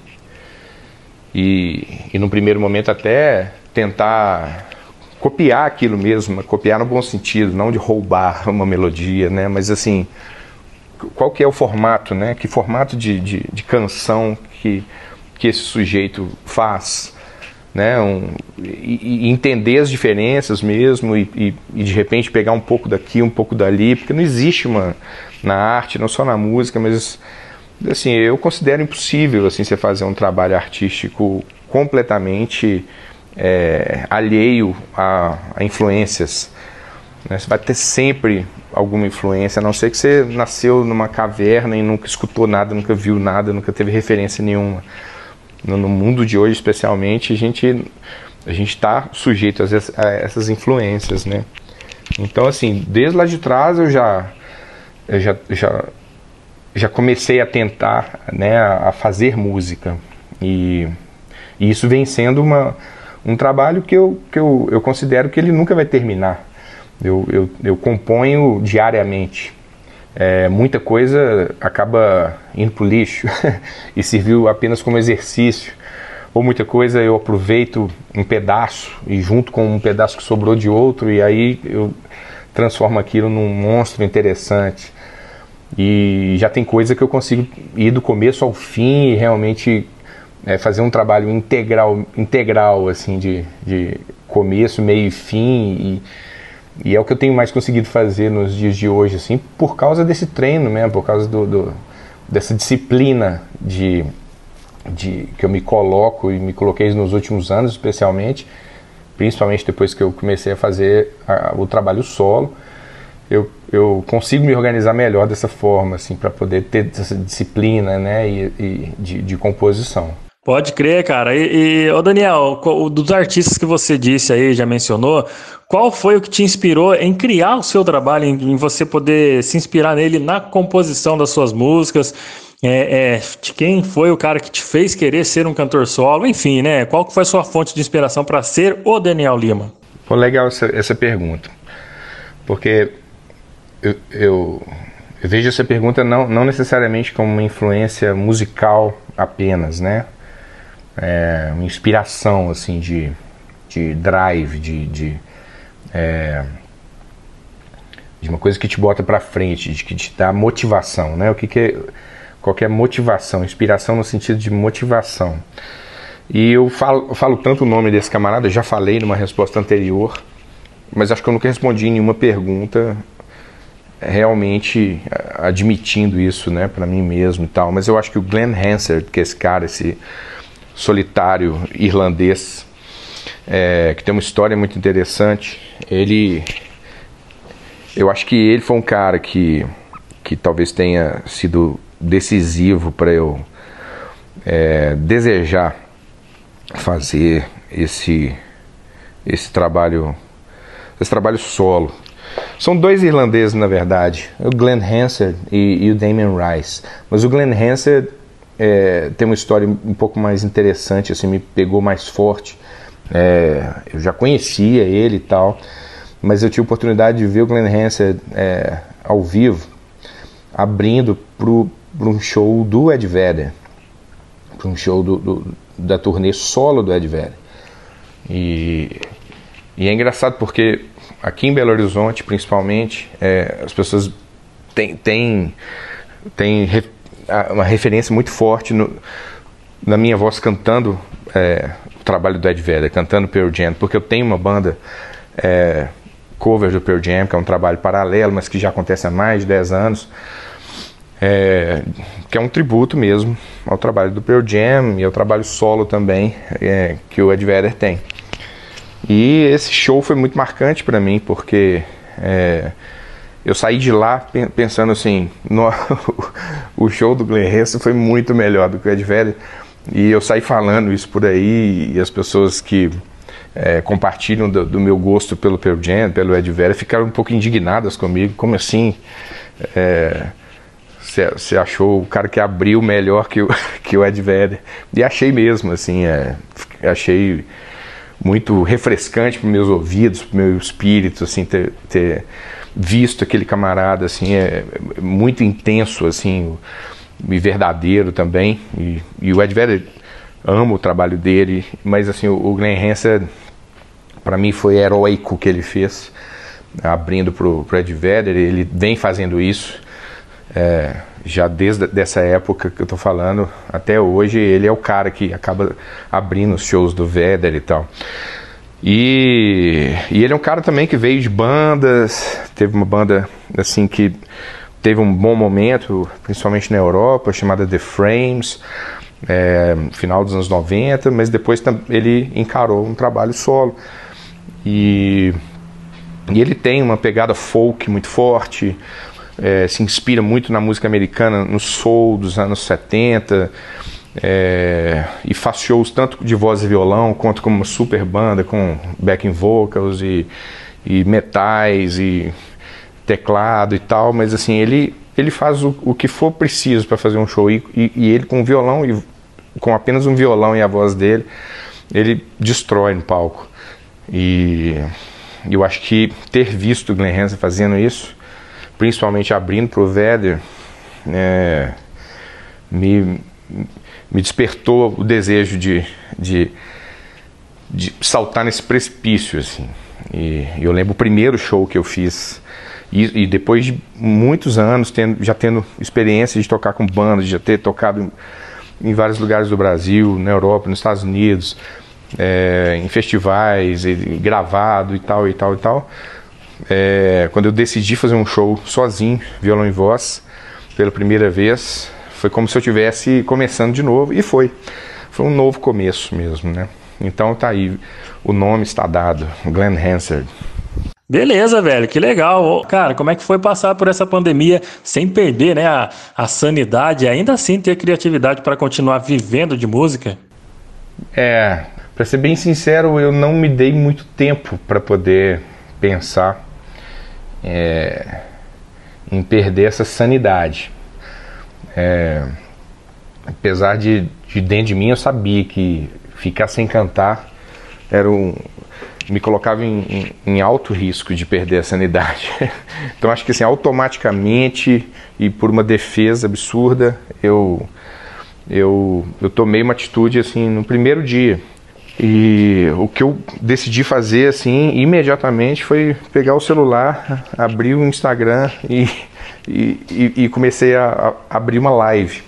e, e no primeiro momento até tentar copiar aquilo mesmo, copiar no bom sentido, não de roubar uma melodia, né? Mas assim, qual que é o formato, né? Que formato de, de, de canção que, que esse sujeito faz, né? Um, e, e entender as diferenças mesmo e, e, e de repente pegar um pouco daqui, um pouco dali, porque não existe uma, na arte, não só na música, mas assim, eu considero impossível assim, você fazer um trabalho artístico completamente é, alheio a, a influências, né? Você vai ter sempre alguma influência, a não ser que você nasceu numa caverna e nunca escutou nada, nunca viu nada, nunca teve referência nenhuma. no, no mundo de hoje especialmente, a gente a gente está sujeito a, ess- a essas influências, né? Então, assim, desde lá de trás eu já eu já, já, já comecei a tentar, né, a, a fazer música. E, e isso vem sendo uma, um trabalho que, eu, que eu, eu considero que ele nunca vai terminar. Eu, eu, eu componho diariamente. É, muita coisa acaba indo para o lixo e serviu apenas como exercício. Ou muita coisa eu aproveito um pedaço e junto com um pedaço que sobrou de outro, e aí eu transformo aquilo num monstro interessante. E já tem coisa que eu consigo ir do começo ao fim e realmente é, fazer um trabalho integral, integral assim, de, de começo, meio e fim. E, e é o que eu tenho mais conseguido fazer nos dias de hoje, assim, por causa desse treino mesmo, por causa do, do, dessa disciplina de... De, que eu me coloco e me coloquei nos últimos anos, especialmente, principalmente depois que eu comecei a fazer a, o trabalho solo, eu, eu consigo me organizar melhor dessa forma, assim, para poder ter essa disciplina, né, e, e de, de composição. Pode crer, cara. E, e ô Daniel, qual- dos artistas que você disse aí, já mencionou, qual foi o que te inspirou em criar o seu trabalho, em, em você poder se inspirar nele na composição das suas músicas? É, é, de quem foi o cara que te fez querer ser um cantor solo? Enfim, né? Qual que foi a sua fonte de inspiração para ser o Daniel Lima? Pô, legal essa, essa pergunta, porque eu, eu, eu vejo essa pergunta não, não necessariamente como uma influência musical apenas, né? É, uma inspiração, assim, de, de drive, de, de, é, de uma coisa que te bota pra frente, de que te dá motivação, né? O que que é, qual que é a motivação? Inspiração no sentido de motivação. E eu falo, eu falo tanto o nome desse camarada, eu já falei numa resposta anterior, mas acho que eu nunca respondi nenhuma pergunta realmente admitindo isso, né, pra mim mesmo e tal. Mas eu acho que o Glenn Hansard, que é esse cara, esse solitário irlandês, é, que tem uma história muito interessante, ele... Eu acho que ele foi um cara que, que talvez tenha sido decisivo para eu é, desejar fazer esse, esse trabalho, esse trabalho solo. São dois irlandeses, na verdade, o Glenn Hansard e, e o Damien Rice. Mas o Glenn Hansard é, tem uma história um pouco mais interessante, assim, me pegou mais forte. É, eu já conhecia ele e tal, mas eu tive a oportunidade de ver o Glenn Hansard é, ao vivo, abrindo para um show do Ed Vedder, para um show do, do, da turnê solo do Ed Vedder. E, e é engraçado porque aqui em Belo Horizonte, principalmente, é, as pessoas têm, têm, têm uma referência muito forte no, na minha voz cantando é, o trabalho do Ed Vedder, cantando Pearl Jam, porque eu tenho uma banda é, cover do Pearl Jam, que é um trabalho paralelo, mas que já acontece há mais de dez anos, é, que é um tributo mesmo ao trabalho do Pearl Jam e ao trabalho solo também é, que o Ed Vedder tem. E esse show foi muito marcante para mim, porque é, eu saí de lá pensando assim, no, o show do Glenn Hansard foi muito melhor do que o Ed Vedder, e eu saí falando isso por aí, e as pessoas que é, compartilham do, do meu gosto pelo Pearl Jam, pelo Ed Vedder, ficaram um pouco indignadas comigo. Como assim? Você é, achou o cara que abriu melhor que o, que o Ed Vedder? E achei mesmo, assim, é, achei muito refrescante para meus ouvidos, para o meu espírito, assim, ter, ter visto aquele camarada, assim, é, é muito intenso, assim, e verdadeiro também. E, e o Ed Vedder, amo o trabalho dele, mas assim, o, o Glenn Hansard, para mim, foi heróico o que ele fez, abrindo pro, pro Ed Vedder. Ele vem fazendo isso é, já desde dessa época que eu tô falando até hoje. Ele é o cara que acaba abrindo os shows do Vedder e tal. E, e ele é um cara também que veio de bandas, teve uma banda assim que teve um bom momento, principalmente na Europa, chamada The Frames, é, no final dos anos noventa, mas depois ele encarou um trabalho solo. E, e ele tem uma pegada folk muito forte, é, se inspira muito na música americana, no soul dos anos setenta, É, e faço shows tanto de voz e violão, quanto como uma super banda com backing vocals e, e metais e teclado e tal, mas assim, ele, ele faz o, o que for preciso para fazer um show, e, e, e ele com violão, e com apenas um violão e a voz dele, ele destrói no palco. E eu acho que ter visto o Glenn Hansard fazendo isso, principalmente abrindo pro Vedder, é, me, me despertou o desejo de, de, de saltar nesse precipício, assim. E eu lembro o primeiro show que eu fiz, e, e depois de muitos anos, tendo, já tendo experiência de tocar com bandas, de já ter tocado em, em vários lugares do Brasil, na Europa, nos Estados Unidos, é, em festivais, e, e gravado e tal, e tal, e tal. É, quando eu decidi fazer um show sozinho, violão e voz, pela primeira vez, foi como se eu estivesse começando de novo, e foi. Foi um novo começo mesmo, né? Então tá aí, o nome está dado, Glenn Hansard. Beleza, velho, que legal. Cara, como é que foi passar por essa pandemia sem perder, né, a, a sanidade e ainda assim ter criatividade para continuar vivendo de música? É, para ser bem sincero, eu não me dei muito tempo para poder pensar é, em perder essa sanidade. É, apesar de, de dentro de mim eu sabia que ficar sem cantar era um, me colocava em, em, em alto risco de perder a sanidade. Então acho que assim, automaticamente e por uma defesa absurda, eu, eu, eu tomei uma atitude assim no primeiro dia. E o que eu decidi fazer assim imediatamente foi pegar o celular, abrir o Instagram e, e, e, e comecei a, a abrir uma live.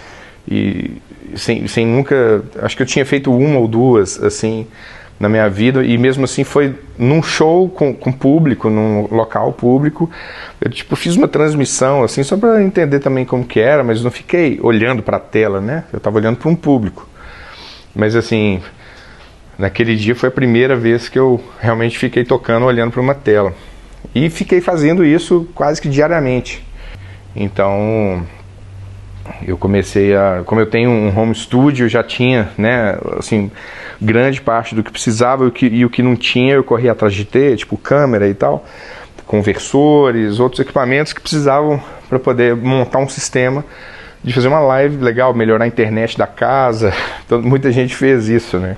E sem, sem nunca, acho que eu tinha feito uma ou duas assim na minha vida, e mesmo assim foi num show com, com público, num local público. Eu tipo fiz uma transmissão assim só para entender também como que era, mas não fiquei olhando para a tela, né? Eu estava olhando para um público. Mas assim, naquele dia foi a primeira vez que eu realmente fiquei tocando olhando para uma tela, e fiquei fazendo isso quase que diariamente. Então eu comecei a, como eu tenho um home studio, já tinha, né, assim, grande parte do que precisava, e o que, e o que não tinha eu corria atrás de ter, tipo câmera e tal, conversores, outros equipamentos que precisavam para poder montar um sistema de fazer uma live legal, melhorar a internet da casa. Então, muita gente fez isso, né?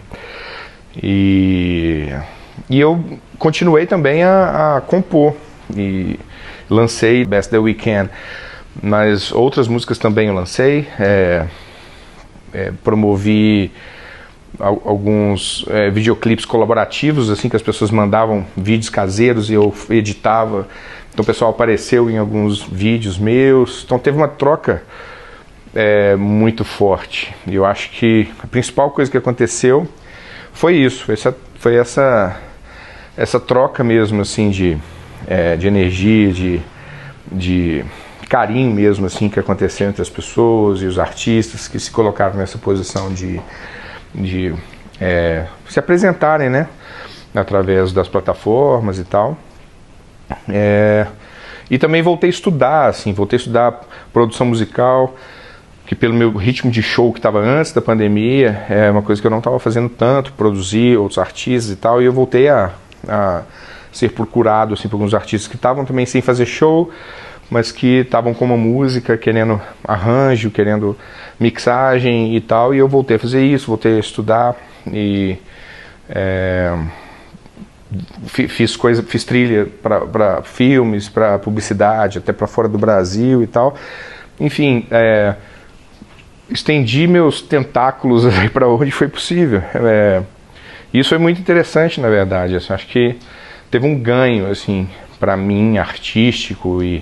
E, e eu continuei também a, a compor, e lancei Best That We Can, mas outras músicas também eu lancei, é, é, promovi alguns é, videoclipes colaborativos, assim, que as pessoas mandavam vídeos caseiros e eu editava, então o pessoal apareceu em alguns vídeos meus, então teve uma troca é, muito forte. E eu acho que a principal coisa que aconteceu foi isso, essa, foi essa, essa troca mesmo, assim, de, é, de energia, de, de carinho mesmo, assim, que aconteceu entre as pessoas e os artistas que se colocaram nessa posição de, de é, se apresentarem, né, através das plataformas e tal. É, e também voltei a estudar, assim, voltei a estudar produção musical, que pelo meu ritmo de show que estava antes da pandemia, é uma coisa que eu não estava fazendo tanto, produzir outros artistas e tal, e eu voltei a, a ser procurado, assim, por alguns artistas que estavam também sem fazer show, mas que estavam com uma música, querendo arranjo, querendo mixagem e tal, e eu voltei a fazer isso, voltei a estudar, e é, fiz coisa, fiz trilha para filmes, para publicidade, até para fora do Brasil e tal. Enfim, é, estendi meus tentáculos para onde foi possível. É, isso foi muito interessante, na verdade. Assim, acho que teve um ganho, assim, para mim, artístico e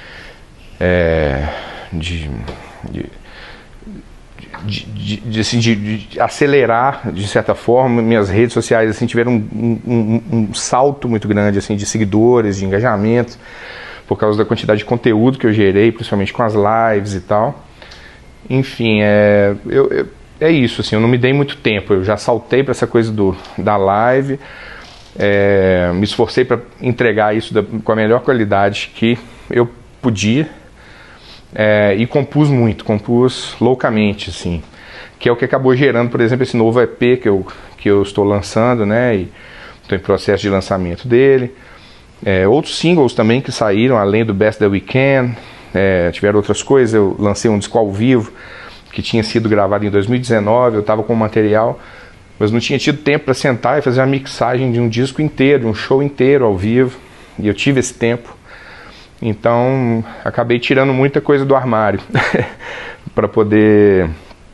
é, de, de, de, de, de, assim, de, de acelerar, de certa forma. Minhas redes sociais, assim, tiveram um, um, um salto muito grande, assim, de seguidores, de engajamento, por causa da quantidade de conteúdo que eu gerei, principalmente com as lives e tal. Enfim, é, eu, eu, é isso, assim, eu não me dei muito tempo, eu já saltei para essa coisa do, da live, é, me esforcei para entregar isso da, com a melhor qualidade que eu podia, é, e compus muito, compus loucamente, assim. que é o que acabou gerando, por exemplo, esse novo E P que eu, que eu estou lançando, né, e estou em processo de lançamento dele. É, outros singles também que saíram, além do Best That We Can, é, tiveram outras coisas. Eu lancei um disco ao vivo, que tinha sido gravado em dois mil e dezenove, eu estava com o material, mas não tinha tido tempo para sentar e fazer a mixagem de um disco inteiro, um show inteiro ao vivo, e eu tive esse tempo. Então, acabei tirando muita coisa do armário para poder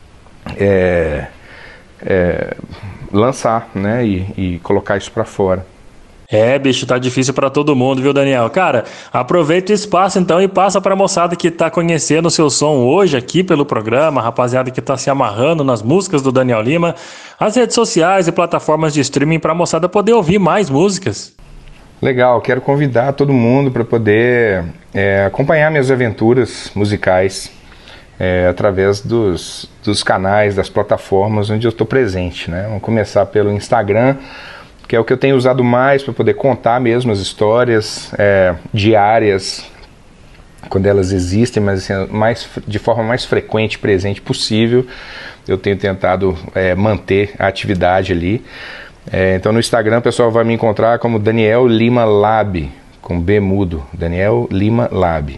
é, é, lançar, né, e, e colocar isso para fora. É, bicho, tá difícil pra todo mundo, viu, Daniel? Cara, aproveita o espaço então e passa pra moçada que tá conhecendo o seu som hoje aqui pelo programa, rapaziada que tá se amarrando nas músicas do Daniel Lima, as redes sociais e plataformas de streaming pra moçada poder ouvir mais músicas. Legal, quero convidar todo mundo para poder é, acompanhar minhas aventuras musicais é, através dos, dos canais, das plataformas onde eu estou presente, né? Vamos começar pelo Instagram, que é o que eu tenho usado mais para poder contar mesmo as histórias é, diárias, quando elas existem, mas assim, mais, de forma mais frequente e presente possível. Eu tenho tentado é, manter a atividade ali. É, então no Instagram o pessoal vai me encontrar como Daniel Lima Lab, com B mudo, Daniel Lima Lab.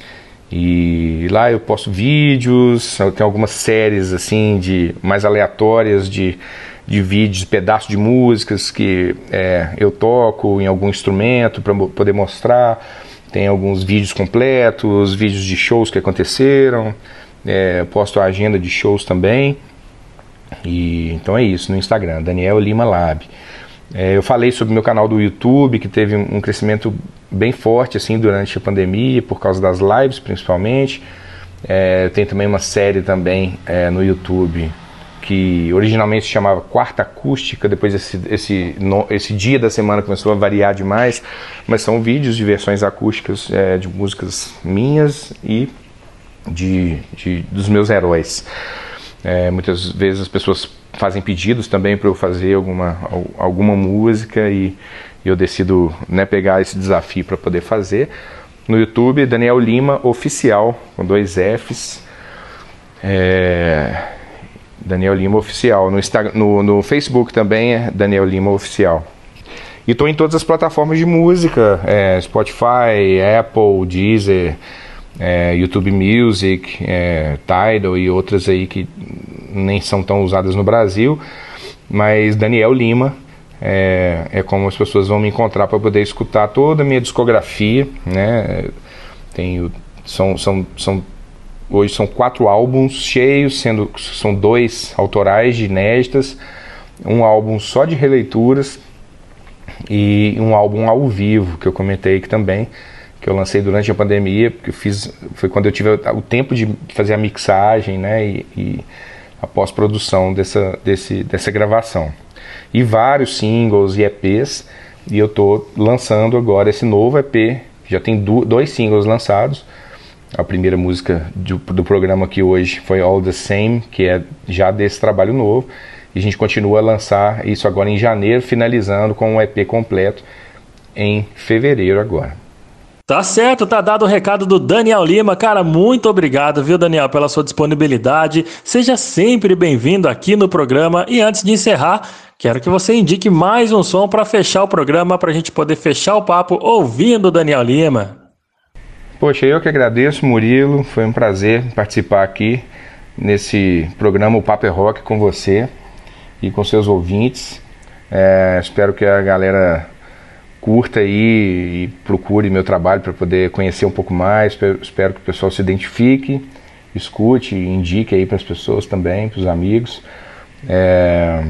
E lá eu posto vídeos, eu tenho algumas séries assim de mais aleatórias de de vídeos, pedaços de músicas que é, eu toco em algum instrumento para poder mostrar. Tem alguns vídeos completos, vídeos de shows que aconteceram, é, posto a agenda de shows também. E então é isso, no Instagram, Daniel Lima Lab. É, eu falei sobre o meu canal do YouTube, que teve um crescimento bem forte assim durante a pandemia, por causa das lives principalmente. É, tem também uma série também é, no YouTube que originalmente se chamava Quarta Acústica, depois esse, esse, no, esse dia da semana começou a variar demais, mas são vídeos de versões acústicas é, de músicas minhas e de, de, dos meus heróis. É, muitas vezes as pessoas fazem pedidos também para eu fazer alguma, alguma música e eu decido, né, pegar esse desafio para poder fazer. No YouTube, Daniel Lima Oficial, com dois Fs. É... Daniel Lima Oficial. No, Instagram, no, no Facebook também é Daniel Lima Oficial. E estou em todas as plataformas de música, é, Spotify, Apple, Deezer, é, YouTube Music, é, Tidal e outras aí que nem são tão usadas no Brasil. Mas Daniel Lima é, é como as pessoas vão me encontrar para poder escutar toda a minha discografia, né? Tenho, são, são, são Hoje são quatro álbuns cheios, sendo são dois autorais de inéditas, um álbum só de releituras e um álbum ao vivo, que eu comentei aqui também, que eu lancei durante a pandemia, porque eu fiz, foi quando eu tive o tempo de fazer a mixagem, né, e, e a pós-produção dessa, desse, dessa gravação. E vários singles e E Ps, e eu estou lançando agora esse novo E P, já tem do, dois singles lançados. A primeira música do, do programa aqui hoje foi All The Same, que é já desse trabalho novo. E a gente continua a lançar isso agora em janeiro, finalizando com um E P completo em fevereiro agora. Tá certo, tá dado o recado do Daniel Lima. Cara, muito obrigado, viu, Daniel, pela sua disponibilidade. Seja sempre bem-vindo aqui no programa. E antes de encerrar, quero que você indique mais um som para fechar o programa, para a gente poder fechar o papo ouvindo o Daniel Lima. Poxa, eu que agradeço, Murilo. Foi um prazer participar aqui nesse programa O Papo é Rock com você e com seus ouvintes. É, espero que a galera curta aí e procure meu trabalho para poder conhecer um pouco mais. Espero que o pessoal se identifique, escute, indique aí para as pessoas também, para os amigos. É,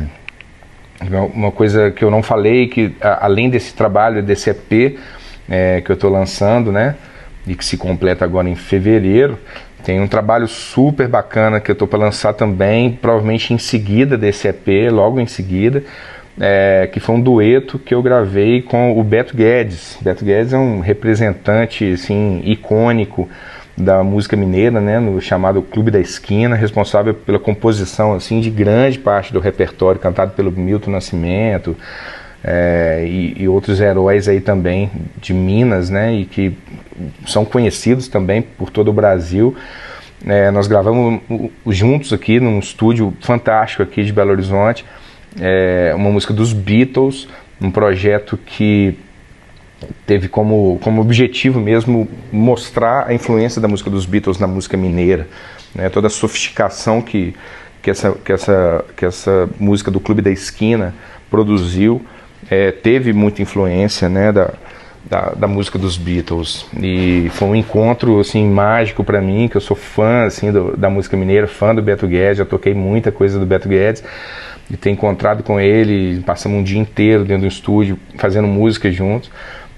uma coisa que eu não falei, que além desse trabalho, desse E P é, que eu estou lançando, né, e que se completa agora em fevereiro, tem um trabalho super bacana que eu estou para lançar também, provavelmente em seguida desse E P, logo em seguida, é, que foi um dueto que eu gravei com o Beto Guedes. Beto Guedes é um representante assim, icônico da música mineira, né, no chamado Clube da Esquina, responsável pela composição assim, de grande parte do repertório cantado pelo Milton Nascimento, É, e, e outros heróis aí também de Minas, né, e que são conhecidos também por todo o Brasil. É, nós gravamos juntos aqui num estúdio fantástico aqui de Belo Horizonte, é, uma música dos Beatles, um projeto que teve como, como objetivo mesmo mostrar a influência da música dos Beatles na música mineira, né, toda a sofisticação que, que, essa, que, essa, que essa música do Clube da Esquina produziu, é, teve muita influência, né, da, Da, da música dos Beatles, e foi um encontro assim mágico para mim, que eu sou fã assim do, da música mineira, fã do Beto Guedes, já toquei muita coisa do Beto Guedes, e ter encontrado com ele, passamos um dia inteiro dentro do estúdio fazendo música juntos,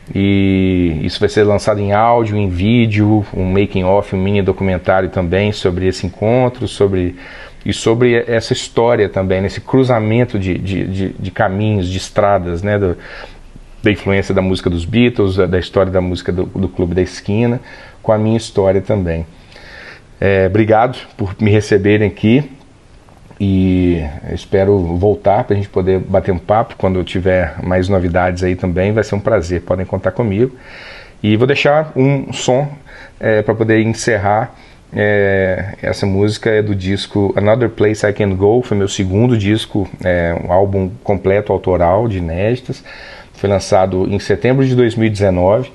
e isso vai ser lançado em áudio, em vídeo, um making of, um mini documentário também sobre esse encontro, sobre e sobre essa história também, nesse cruzamento de, de, de, de caminhos, de estradas, né, do, da influência da música dos Beatles, da história da música do, do Clube da Esquina, com a minha história também. É, obrigado por me receberem aqui, e espero voltar para a gente poder bater um papo quando eu tiver mais novidades aí também, vai ser um prazer, podem contar comigo. E vou deixar um som é, para poder encerrar. É, essa música é do disco Another Place I Can Go, foi meu segundo disco, é, um álbum completo autoral de inéditas. Foi lançado em setembro de dois mil e dezenove,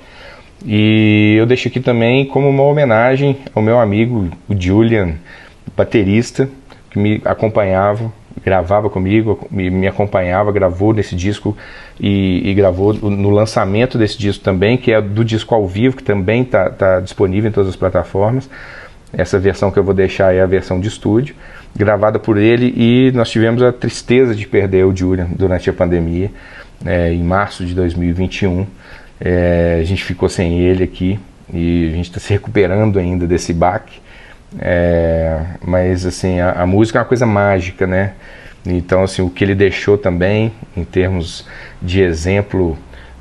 e eu deixo aqui também como uma homenagem ao meu amigo, o Julian, baterista, que me acompanhava, gravava comigo, me, me acompanhava, gravou nesse disco e, e gravou no lançamento desse disco também, que é do disco ao vivo, que também está tá disponível em todas as plataformas. Essa versão que eu vou deixar é a versão de estúdio, gravada por ele, e nós tivemos a tristeza de perder o Julian durante a pandemia. É, em março de dois mil e vinte e um, é, a gente ficou sem ele aqui, e a gente está se recuperando ainda desse baque, é, mas assim, a, a música é uma coisa mágica, né? Então assim, o que ele deixou também em termos de exemplo,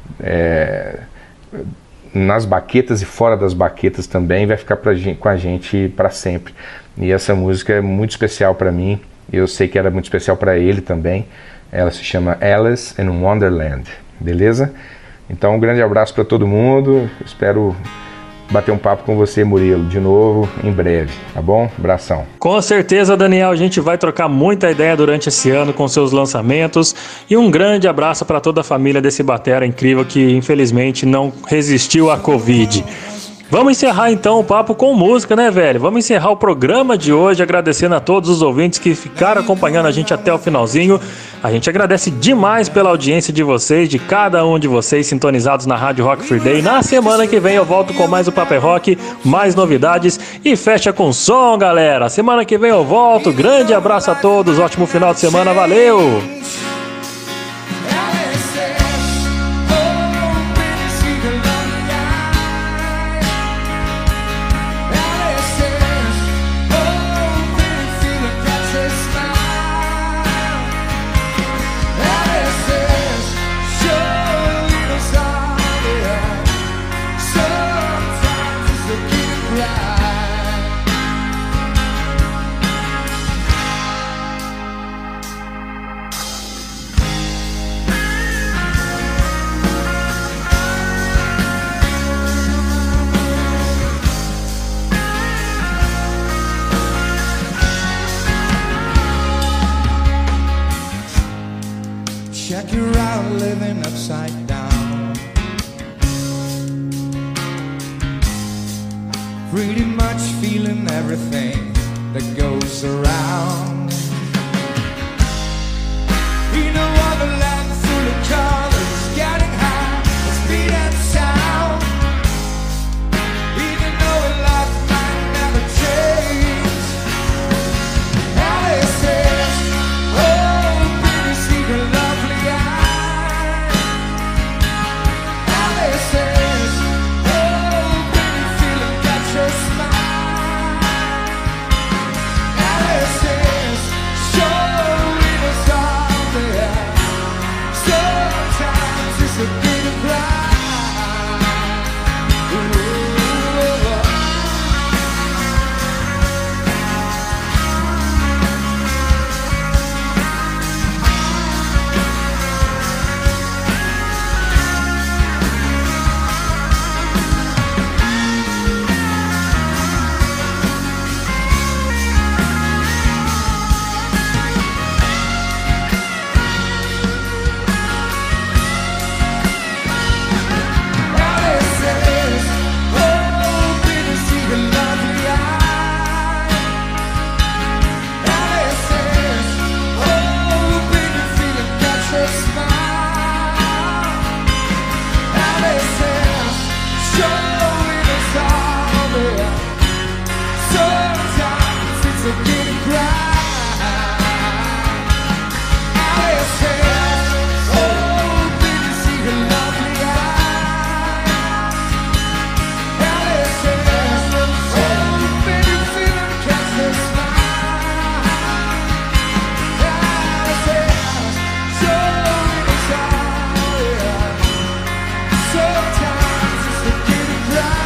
é, nas baquetas e fora das baquetas também, vai ficar pra gente, com a gente para sempre. E essa música é muito especial para mim, eu sei que era muito especial para ele também. Ela se chama Alice in Wonderland, beleza? Então um grande abraço para todo mundo, espero bater um papo com você, Murilo, de novo em breve, tá bom? Abração. Com certeza, Daniel, a gente vai trocar muita ideia durante esse ano com seus lançamentos, e um grande abraço para toda a família desse batera incrível que infelizmente não resistiu à Covid. Vamos encerrar então o papo com música, né, velho? Vamos encerrar o programa de hoje agradecendo a todos os ouvintes que ficaram acompanhando a gente até o finalzinho. A gente agradece demais pela audiência de vocês, de cada um de vocês sintonizados na Rádio Rock Free Day. Na semana que vem eu volto com mais o Papo é Rock, mais novidades, e fecha com som, galera. Semana que vem eu volto. Grande abraço a todos, ótimo final de semana, valeu! Check you out living upside down, pretty much feeling everything that goes around. In a wonderland full of colors, getting high, the speed and sound. Even though life might never change, Alice says, oh, pretty secret lovely eye. Alice says, oh, pretty feeling, got your smile. Alice says, to get a cry. Alice says, oh, baby, see her lovely eyes. Alice says, oh, baby, see them catch their smile. Alice says, so inside, sometimes it's to get a cry.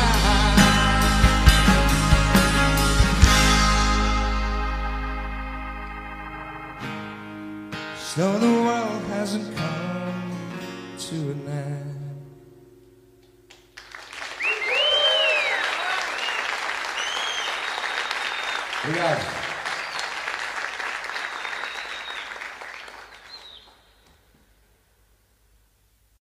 So the world hasn't come to an end. Obrigado.